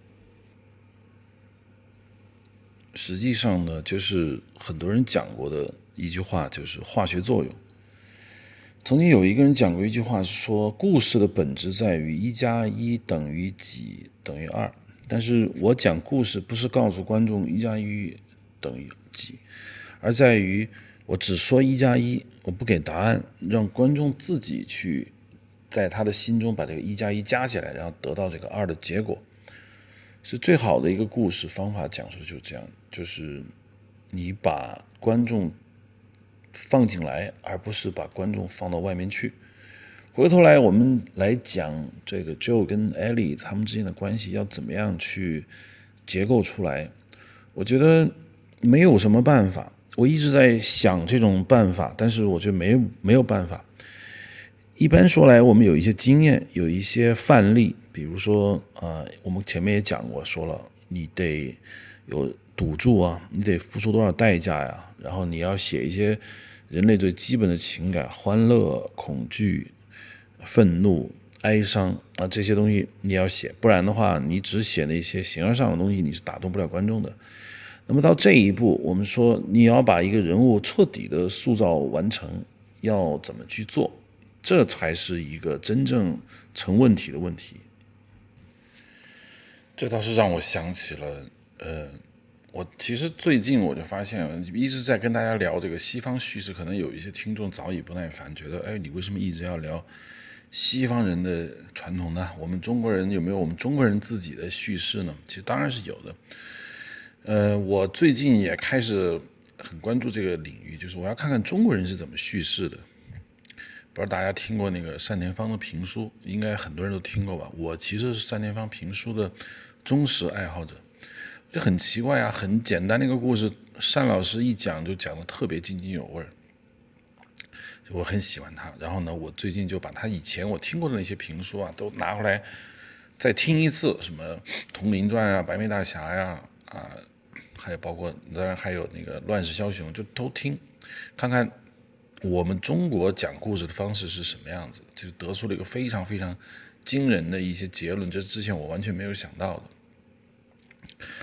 实际上呢，就是很多人讲过的一句话，就是化学作用。曾经有一个人讲过一句话，是说故事的本质在于1+1等于几等于2，但是我讲故事不是告诉观众1+1等于几，而在于我只说1+1，我不给答案，让观众自己去在他的心中把这个1+1加起来，然后得到这个2的结果，是最好的一个故事方法。讲述就是这样，就是你把观众放进来，而不是把观众放到外面去。回头来我们来讲这个 Joe 跟 Ellie 他们之间的关系要怎么样去结构出来。我觉得没有什么办法，我一直在想这种办法，但是我觉得没有办法。一般说来，我们有一些经验，有一些范例，比如说我们前面也讲过，说了你得有赌注啊，你得付出多少代价呀，然后你要写一些人类最基本的情感，欢乐、恐惧、愤怒、哀伤啊，这些东西你要写，不然的话，你只写那些形而上的东西，你是打动不了观众的。那么到这一步，我们说你要把一个人物彻底的塑造完成，要怎么去做？这才是一个真正成问题的问题。这倒是让我想起了，我其实最近我就发现，一直在跟大家聊这个西方叙事，可能有一些听众早已不耐烦，觉得，哎，你为什么一直要聊西方人的传统呢？我们中国人有没有我们中国人自己的叙事呢？其实当然是有的。我最近也开始很关注这个领域，就是我要看看中国人是怎么叙事的。不知道大家听过那个单田芳的评书，应该很多人都听过吧？我其实是单田芳评书的忠实爱好者。就很奇怪啊，很简单的一个故事，单老师一讲就讲得特别津津有味，就我很喜欢他。然后呢，我最近就把他以前我听过的那些评书啊，都拿回来再听一次，什么《铜陵传》啊、《白眉大侠》呀，还有包括当然还有那个《乱世枭雄》，就都听，看看我们中国讲故事的方式是什么样子，就得出了一个非常非常惊人的一些结论，这之前我完全没有想到的。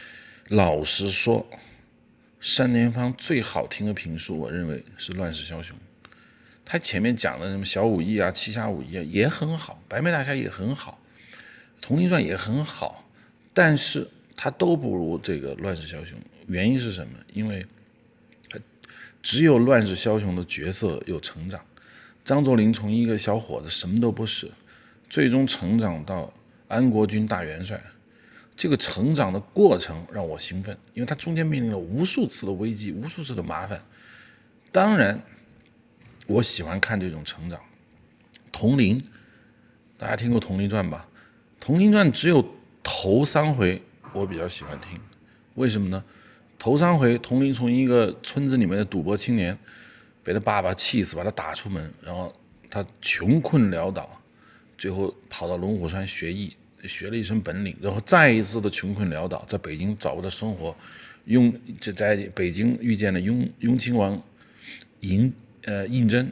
老实说，单田芳最好听的评书，我认为是《乱世枭雄》。他前面讲的什么小武艺啊、七侠五义啊也很好，白眉大侠也很好，童林传也很好，但是他都不如这个《乱世枭雄》。原因是什么？因为只有《乱世枭雄》的角色有成长。张作霖从一个小伙子什么都不是，最终成长到安国军大元帅。这个成长的过程让我兴奋，因为他中间面临了无数次的危机，无数次的麻烦。当然，我喜欢看这种成长。童林，大家听过《童林传》吧？《童林传》只有头3回我比较喜欢听，为什么呢？头3回，童林从一个村子里面的赌博青年，被他爸爸气死，把他打出门，然后他穷困潦倒，最后跑到龙虎山学艺。学了一身本领，然后再一次的穷困潦倒，在北京找不到生活，在北京遇见了雍亲王胤禛，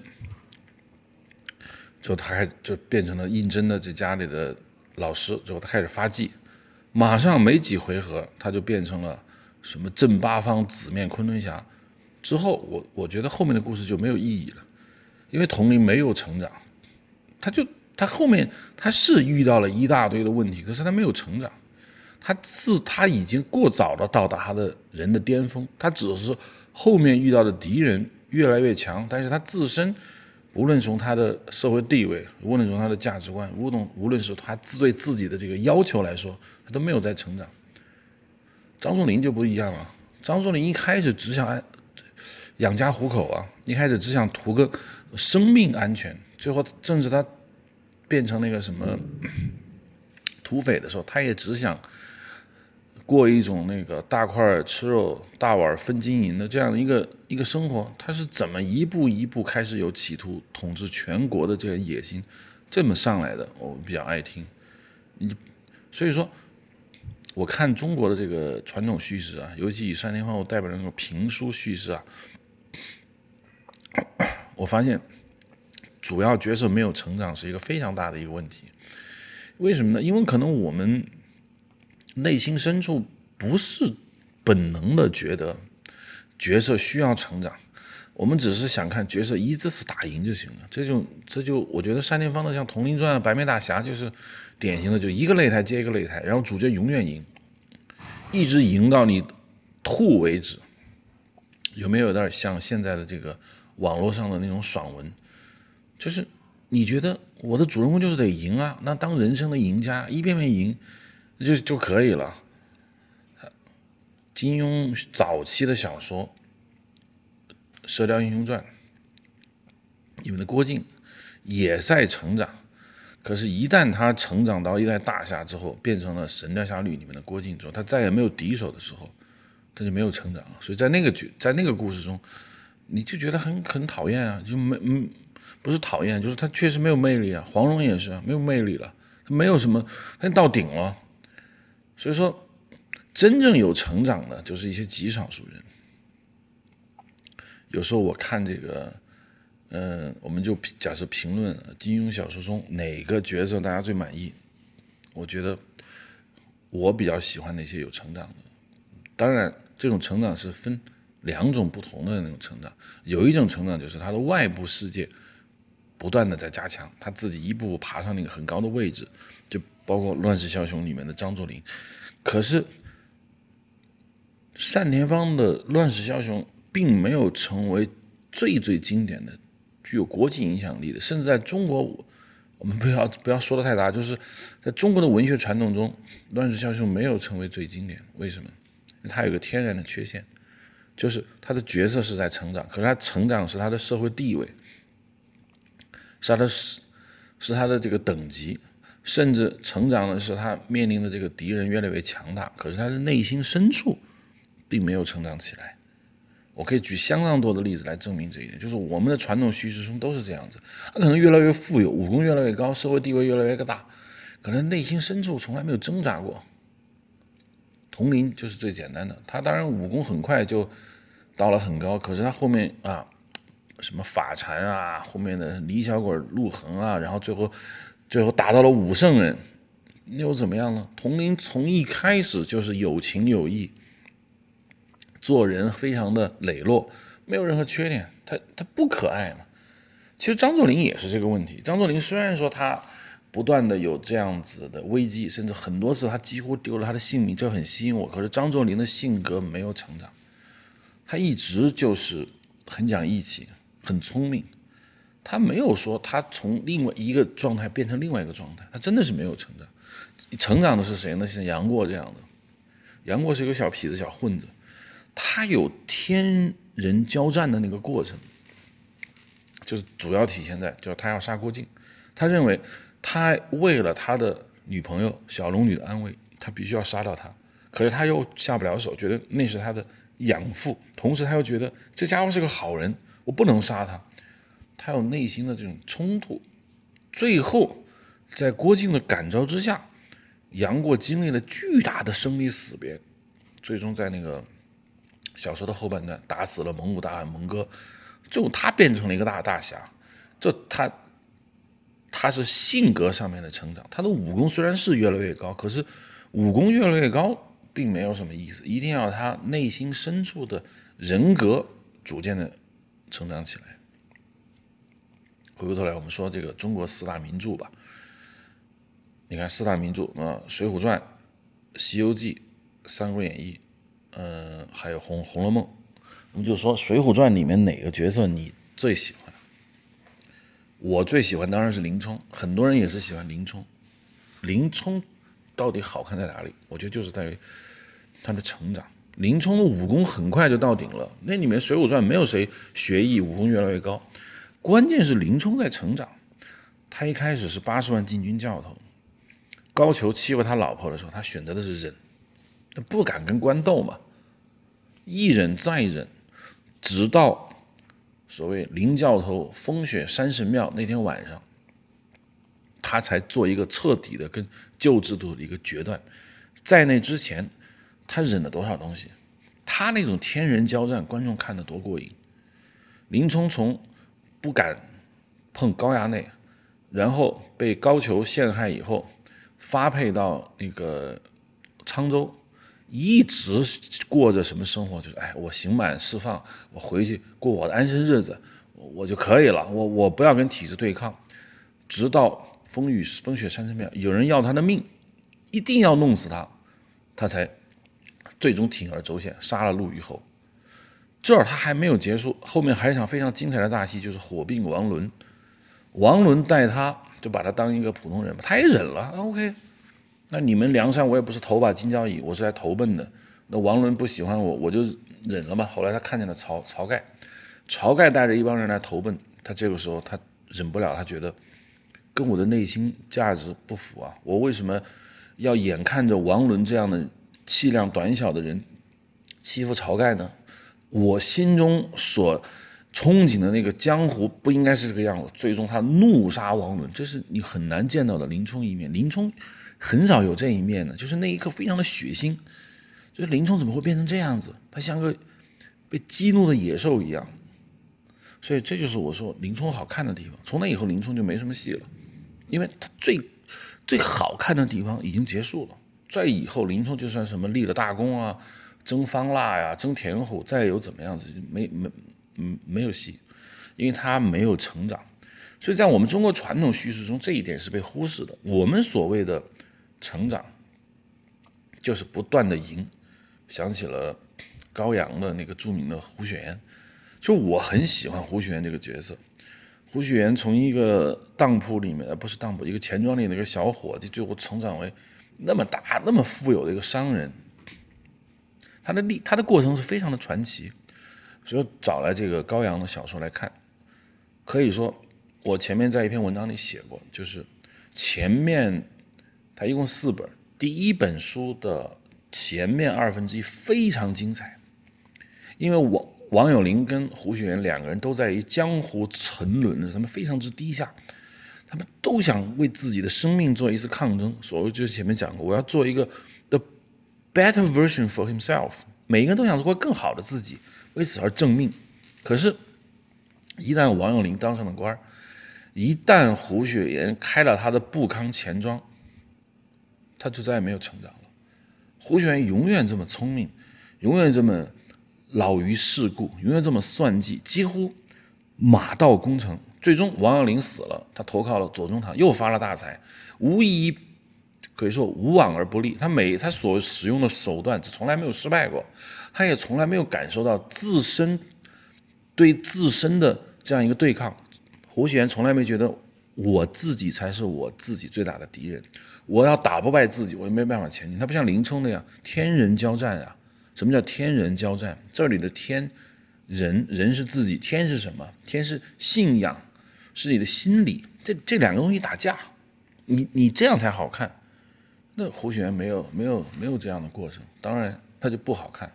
就他就变成了胤禛的这家里的老师，之后他开始发迹，马上没几回合他就变成了什么正八方紫面昆仑侠。之后我觉得后面的故事就没有意义了，因为童林没有成长，他后面他是遇到了一大堆的问题，可是他没有成长。他已经过早的到达他的人的巅峰，他只是后面遇到的敌人越来越强，但是他自身无论从他的社会地位，无论从他的价值观，无论是他对自己的这个要求来说，他都没有在成长。张作霖就不一样了，张作霖一开始只想养家糊口啊，一开始只想图个生命安全，最后甚至他变成那个什么土匪的时候，他也只想过一种那个大块吃肉、大碗分金银的这样的一个生活。他是怎么一步一步开始有企图统治全国的这个野心，这么上来的？我比较爱听。所以说，我看中国的这个传统叙事啊，尤其以单田芳为代表的那种评书叙事啊，我发现主要角色没有成长是一个非常大的一个问题。为什么呢？因为可能我们内心深处不是本能的觉得角色需要成长，我们只是想看角色一次次打赢就行了。这就我觉得单田芳的像《童林传》《白眉大侠》就是典型的，就一个擂台接一个擂台，然后主角永远赢，一直赢到你吐为止。有没有点像现在的这个网络上的那种爽文？就是你觉得我的主人公就是得赢啊，那当人生的赢家，一遍遍赢就可以了。金庸早期的小说《射雕英雄传》里面的郭靖也在成长，可是一旦他成长到一代大侠之后，变成了《神雕侠侣》里面的郭靖之后，他再也没有敌手的时候，他就没有成长了。所以在那个故事中，你就觉得很讨厌啊，就不是讨厌，就是他确实没有魅力啊。黄蓉也是没有魅力了，他没有什么，他到顶了。所以说，真正有成长的，就是一些极少数人。有时候我看这个，我们就假设评论金庸小说中哪个角色大家最满意，我觉得我比较喜欢那些有成长的。当然，这种成长是分2种不同的那种成长，有一种成长就是他的外部世界不断的在加强，他自己一步步爬上那个很高的位置，就包括《乱世枭雄》里面的张作霖。可是单田芳的《乱世枭雄》并没有成为最经典的、具有国际影响力的，甚至在中国，我们不要说的太大，就是在中国的文学传统中，《乱世枭雄》没有成为最经典。为什么？因为它有个天然的缺陷，就是他的角色是在成长，可是他成长是他的社会地位，是他的这个等级，甚至成长的是他面临的这个敌人越来越强大，可是他的内心深处并没有成长起来。我可以举相当多的例子来证明这一点，就是我们的传统叙事中都是这样子，他可能越来越富有，武功越来越高，社会地位越来越大，可能内心深处从来没有挣扎过。童林就是最简单的，他当然武功很快就到了很高，可是他后面啊，什么法禅啊，后面的李小鬼、陆恒啊，然后最后打到了武圣人，那又怎么样呢？童林从一开始就是有情有义， 做人非常的磊落，没有任何缺点，他不可爱嘛。其实张作霖也是这个问题。张作霖虽然说他不断的有这样子的危机，甚至很多次他几乎丢了他的性命，这很吸引我。可是张作霖的性格没有成长，他一直就是很讲义气，很聪明。他没有说他从另外一个状态变成另外一个状态，他真的是没有成长。成长的是谁呢？像杨过这样的。杨过是一个小痞子、小混子，他有天人交战的那个过程，就是主要体现在就是他要杀郭靖，他认为他为了他的女朋友小龙女的安危，他必须要杀到他，可是他又下不了手，觉得那是他的养父，同时他又觉得这家伙是个好人，我不能杀他，他有内心的这种冲突。最后在郭靖的感召之下，杨过经历了巨大的生离死别，最终在那个小说的后半段打死了蒙古大汗蒙哥，最后他变成了一个大侠。这他是性格上面的成长，他的武功虽然是越来越高，可是武功越来越高并没有什么意思，一定要他内心深处的人格逐渐的成长起来。回过头来我们说这个中国四大名著吧，你看四大名著水浒传、西游记、三国演义，还有红楼梦。我们就说水浒传里面哪个角色你最喜欢？我最喜欢当然是林冲，很多人也是喜欢林冲。林冲到底好看在哪里？我觉得就是在于他的成长。林冲的武功很快就到顶了，那里面水浒传没有谁学艺武功越来越高，关键是林冲在成长。他一开始是80万禁军教头，高俅欺负他老婆的时候，他选择的是忍，他不敢跟官斗嘛，一忍再忍，直到所谓林教头风雪山神庙那天晚上，他才做一个彻底的跟旧制度的一个决断。在那之前，他忍了多少东西？他那种天人交战，观众看得多过瘾。林冲从不敢碰高衙内，然后被高俅陷害以后，发配到那个沧州，一直过着什么生活？就是我刑满释放，我回去过我的安生日子，我就可以了，我不要跟体制对抗。直到风雪山神庙，有人要他的命，一定要弄死他，他才最终铤而走险，杀了陆虞侯。这儿他还没有结束，后面还有一场非常精彩的大戏，就是火并王伦。王伦带他就把他当一个普通人，他也忍了 ，OK。那你们梁山我也不是头把金交椅，我是来投奔的。那王伦不喜欢我，我就忍了吧。后来他看见了晁盖，晁盖带着一帮人来投奔他，这个时候他忍不了，他觉得跟我的内心价值不符啊！我为什么要眼看着王伦这样的气量短小的人欺负晁盖呢？我心中所憧憬的那个江湖不应该是这个样子。最终他怒杀王伦，这是你很难见到的林冲一面。林冲很少有这一面的，就是那一刻非常的血腥。就是林冲怎么会变成这样子？他像个被激怒的野兽一样。所以这就是我说林冲好看的地方。从那以后林冲就没什么戏了，因为他最好看的地方已经结束了。再以后林冲就算什么立了大功啊，征方腊呀，征田虎，再有怎么样子没有戏，因为他没有成长。所以在我们中国传统叙事中，这一点是被忽视的。我们所谓的成长就是不断的赢。想起了高阳的那个著名的胡雪岩，就我很喜欢胡雪岩这个角色。胡雪岩从一个当铺里面，不是当铺，一个钱庄里的一个小伙计，最后成长为那么大那么富有的一个商人。他的过程是非常的传奇，所以找来这个高阳的小说来看。可以说我前面在一篇文章里写过，就是前面他一共4本，第一本书的前面1/2非常精彩，因为王有龄跟胡雪岩两个人都在于江湖沉沦，他们非常之低下，他们都想为自己的生命做一次抗争。所谓就是前面讲过，我要做一个 the better version for himself， 每个人都想做更好的自己，为此而正命。可是一旦王有龄当上了官，一旦胡雪岩开了他的布康钱庄，他就再也没有成长了。胡雪岩永远这么聪明，永远这么老于世故，永远这么算计，几乎马到功成。最终王阳明死了，他投靠了左宗棠，又发了大财，无疑可以说无往而不利。他所使用的手段从来没有失败过，他也从来没有感受到自身对自身的这样一个对抗。胡雪岩从来没觉得我自己才是我自己最大的敌人，我要打不败自己，我就没办法前进。他不像林冲那样天人交战啊。什么叫天人交战？这里的天人是自己，天是什么？天是信仰，是你的心理。这两个东西打架，你这样才好看。那胡雪岩没有这样的过程，当然他就不好看。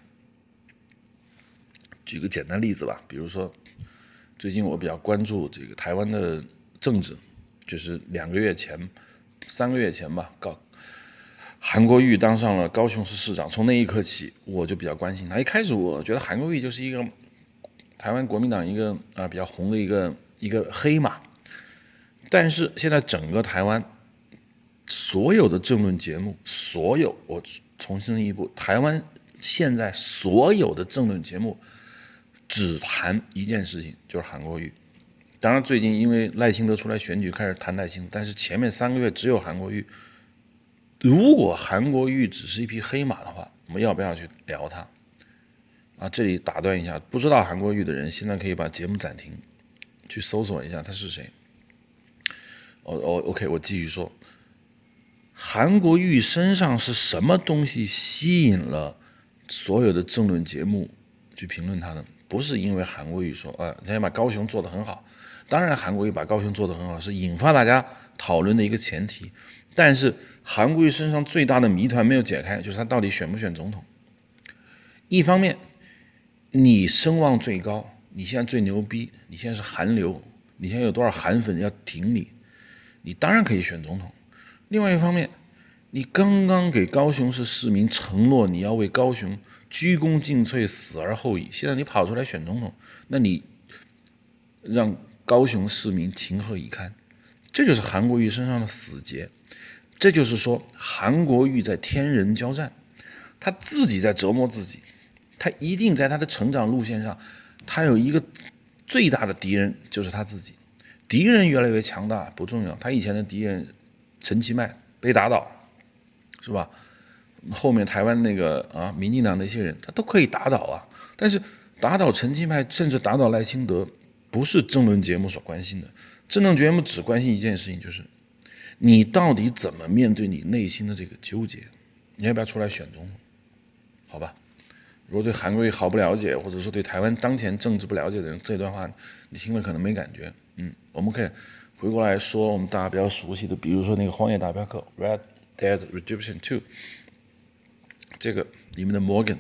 举个简单例子吧，比如说最近我比较关注这个台湾的政治，就是3个月前吧，韩国瑜当上了高雄市市长，从那一刻起我就比较关心他。一开始我觉得韩国瑜就是一个台湾国民党一个比较红的一个黑马，但是现在整个台湾所有的政论节目，我重申一步，台湾现在所有的政论节目只谈一件事情，就是韩国瑜。当然最近因为赖清德出来选举开始谈赖清德，但是前面3个月只有韩国瑜。如果韩国瑜只是一匹黑马的话，我们要不要去聊他？这里打断一下，不知道韩国瑜的人现在可以把节目暂停，去搜索一下他是谁。OK， 我继续说，韩国瑜身上是什么东西吸引了所有的政论节目去评论他呢？不是因为韩国瑜说人家把高雄做得很好，当然韩国瑜把高雄做得很好是引发大家讨论的一个前提，但是韩国瑜身上最大的谜团没有解开，就是他到底选不选总统。一方面你声望最高，你现在最牛逼，你现在是韩流，你现在有多少韩粉要挺你，你当然可以选总统。另外一方面，你刚刚给高雄市市民承诺你要为高雄鞠躬尽瘁，死而后已，现在你跑出来选总统，那你让高雄市民情何以堪？这就是韩国瑜身上的死结。这就是说，韩国瑜在天人交战，他自己在折磨自己，他一定在他的成长路线上，他有一个最大的敌人，就是他自己。敌人越来越强大不重要，他以前的敌人陈其迈被打倒，是吧？后面台湾那个民进党那些人，他都可以打倒啊。但是打倒陈其迈，甚至打倒赖清德，不是政论节目所关心的。政论节目只关心一件事情，就是你到底怎么面对你内心的这个纠结，你要不要出来选总统？好吧，如果对韩国瑜毫不了解，或者说对台湾当前政治不了解的人，这段话你听了可能没感觉。我们可以回过来说我们大家比较熟悉的，比如说那个《荒野大镖客》Red Dead Redemption 2， 这个里面的 Morgan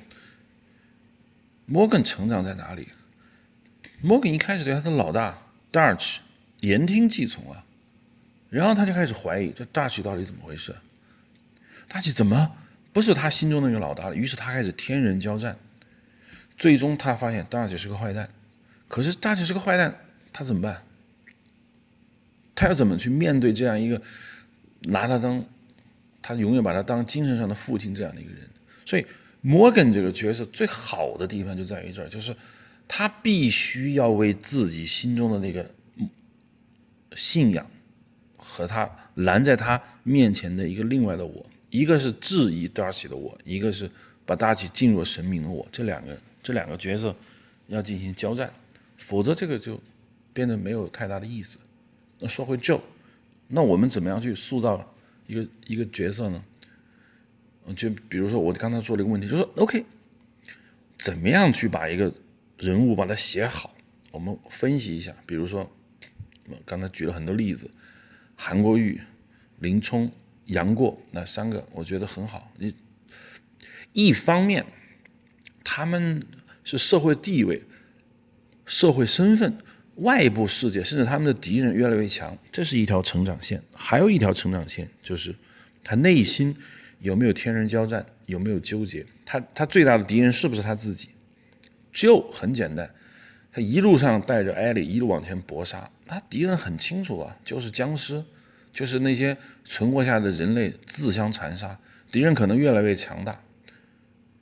成长在哪里？ Morgan 一开始对他的老大 Dutch 言听计从啊，然后他就开始怀疑这 Dutch 到底怎么回事，Dutch 怎么不是他心中那个老大了？于是他开始天人交战，最终他发现 Dutch 是个坏蛋。可是 Dutch 是个坏蛋，他怎么办？他要怎么去面对这样一个他永远把他当精神上的父亲这样的一个人？所以 Morgan 这个角色最好的地方就在于这儿，就是他必须要为自己心中的那个信仰和他拦在他面前的一个另外的我，一个是质疑 Darcy 的我，一个是把 Darcy 敬若神明的我，这两个角色要进行交战，否则这个就变得没有太大的意思。那说回 Joe， 那我们怎么样去塑造一个角色呢？就比如说我刚才说了一个问题，就是说 OK， 怎么样去把一个人物把它写好？我们分析一下，比如说刚才举了很多例子，韩国瑜、林冲、杨过那3个，我觉得很好。一方面，他们是社会地位、社会身份、外部世界，甚至他们的敌人越来越强，这是一条成长线。还有一条成长线，就是他内心有没有天人交战，有没有纠结。他最大的敌人是不是他自己？就很简单，他一路上带着艾莉一路往前搏杀，他敌人很清楚啊，就是僵尸，就是那些存活下来的人类自相残杀，敌人可能越来越强大。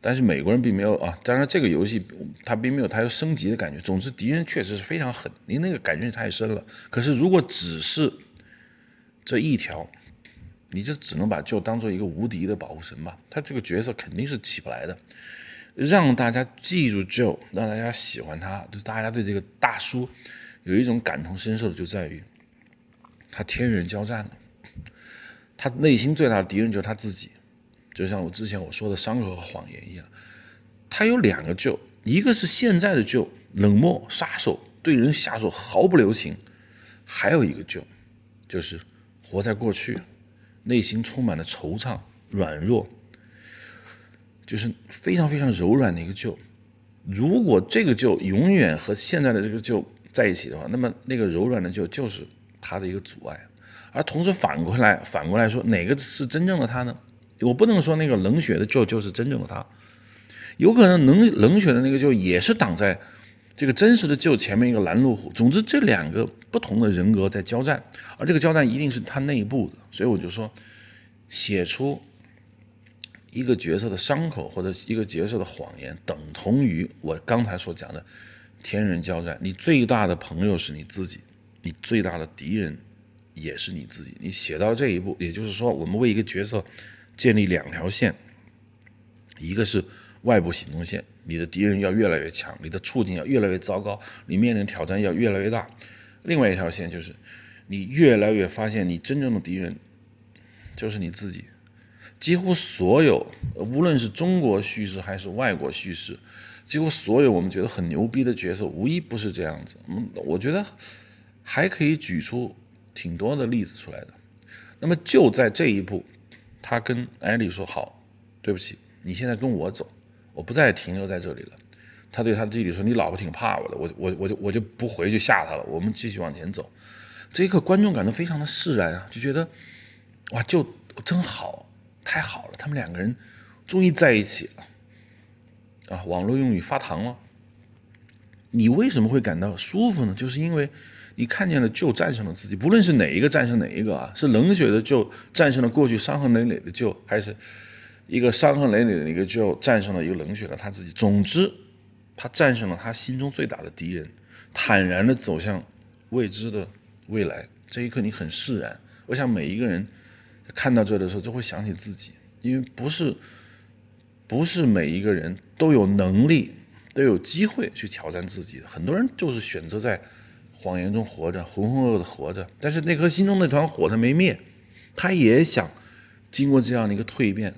但是美国人并没有啊，当然这个游戏它并没有它有升级的感觉。总之敌人确实是非常狠，你那个感觉太深了。可是如果只是这一条，你就只能把Joe当做一个无敌的保护神吧，他这个角色肯定是起不来的。让大家记住Joe，让大家喜欢他，就大家对这个大叔有一种感同身受的，就在于他天人交战了，他内心最大的敌人就是他自己，就像我之前我说的伤口和谎言一样。他有2个Joe，一个是现在的Joe，冷漠杀手，对人下手毫不留情；还有一个Joe，就是活在过去，内心充满了惆怅、软弱，就是非常非常柔软的一个Joe。如果这个Joe永远和现在的这个Joe在一起的话，那么那个柔软的Joe就是他的一个阻碍。而同时反过来说，哪个是真正的他呢？我不能说那个冷血的Joe就是真正的他，有可能冷血的那个Joe也是挡在这个真实的Joe前面一个拦路虎。总之，这2个不同的人格在交战，而这个交战一定是他内部的。所以我就说，写出一个角色的伤口或者一个角色的谎言，等同于我刚才所讲的天人交战。你最大的朋友是你自己，你最大的敌人也是你自己。你写到这一步，也就是说，我们为一个角色建立2条线，一个是外部行动线，你的敌人要越来越强，你的处境要越来越糟糕，你面临的挑战要越来越大。另外一条线就是你越来越发现你真正的敌人就是你自己。几乎所有无论是中国叙事还是外国叙事，几乎所有我们觉得很牛逼的角色无一不是这样子。我觉得还可以举出挺多的例子出来的。那么就在这一步，他跟艾莉说，好，对不起，你现在跟我走，我不再停留在这里了。他对他弟弟说，你老婆挺怕我的，我就不回去吓他了，我们继续往前走。这一刻观众感到非常的释然啊，就觉得哇，就真好，太好了，他们2个人终于在一起了啊！网络用语发糖了。你为什么会感到舒服呢？就是因为你看见了Joe战胜了自己，不论是哪一个战胜哪一个啊，是冷血的Joe战胜了过去伤痕累累的Joe，还是一个伤痕累累的一个Joe战胜了一个冷血的他自己。总之，他战胜了他心中最大的敌人，坦然地走向未知的未来。这一刻你很释然。我想每一个人看到这的时候就会想起自己，因为不是每一个人都有能力都有机会去挑战自己的。很多人就是选择在谎言中活着，浑浑噩噩的活着，但是那颗心中那团火它没灭，他也想经过这样的一个蜕变，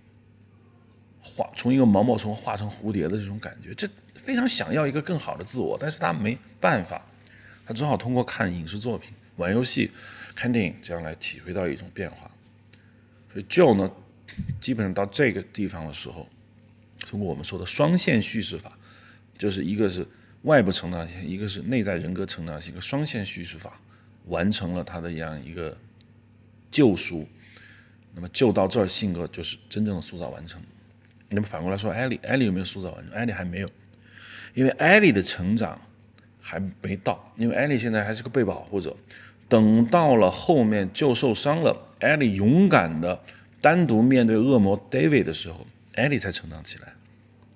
从一个毛毛虫化成蝴蝶的这种感觉，这非常想要一个更好的自我，但是他没办法，他只好通过看影视作品、玩游戏、看电影这样来体会到一种变化。所以Joe呢，基本上到这个地方的时候，通过我们说的双线叙事法，就是一个是外部成长线，一个是内在人格成长线，一个双线叙事法，完成了他的这样一个救赎。那么Joe到这儿性格就是真正的塑造完成。那么反过来说，艾莉有没有塑造完成？艾莉还没有，因为艾莉的成长还没到，因为艾莉现在还是个被保护者。等到了后面Joe受伤了，艾莉勇敢的单独面对恶魔 David 的时候，艾莉才成长起来。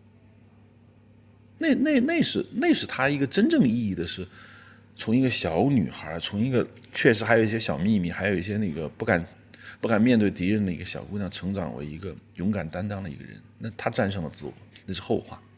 那是她一个真正意义的是，从一个小女孩，从一个确实还有一些小秘密，还有一些那个不敢面对敌人的一个小姑娘，成长为一个勇敢担当的一个人。那她战胜了自我，那是后话。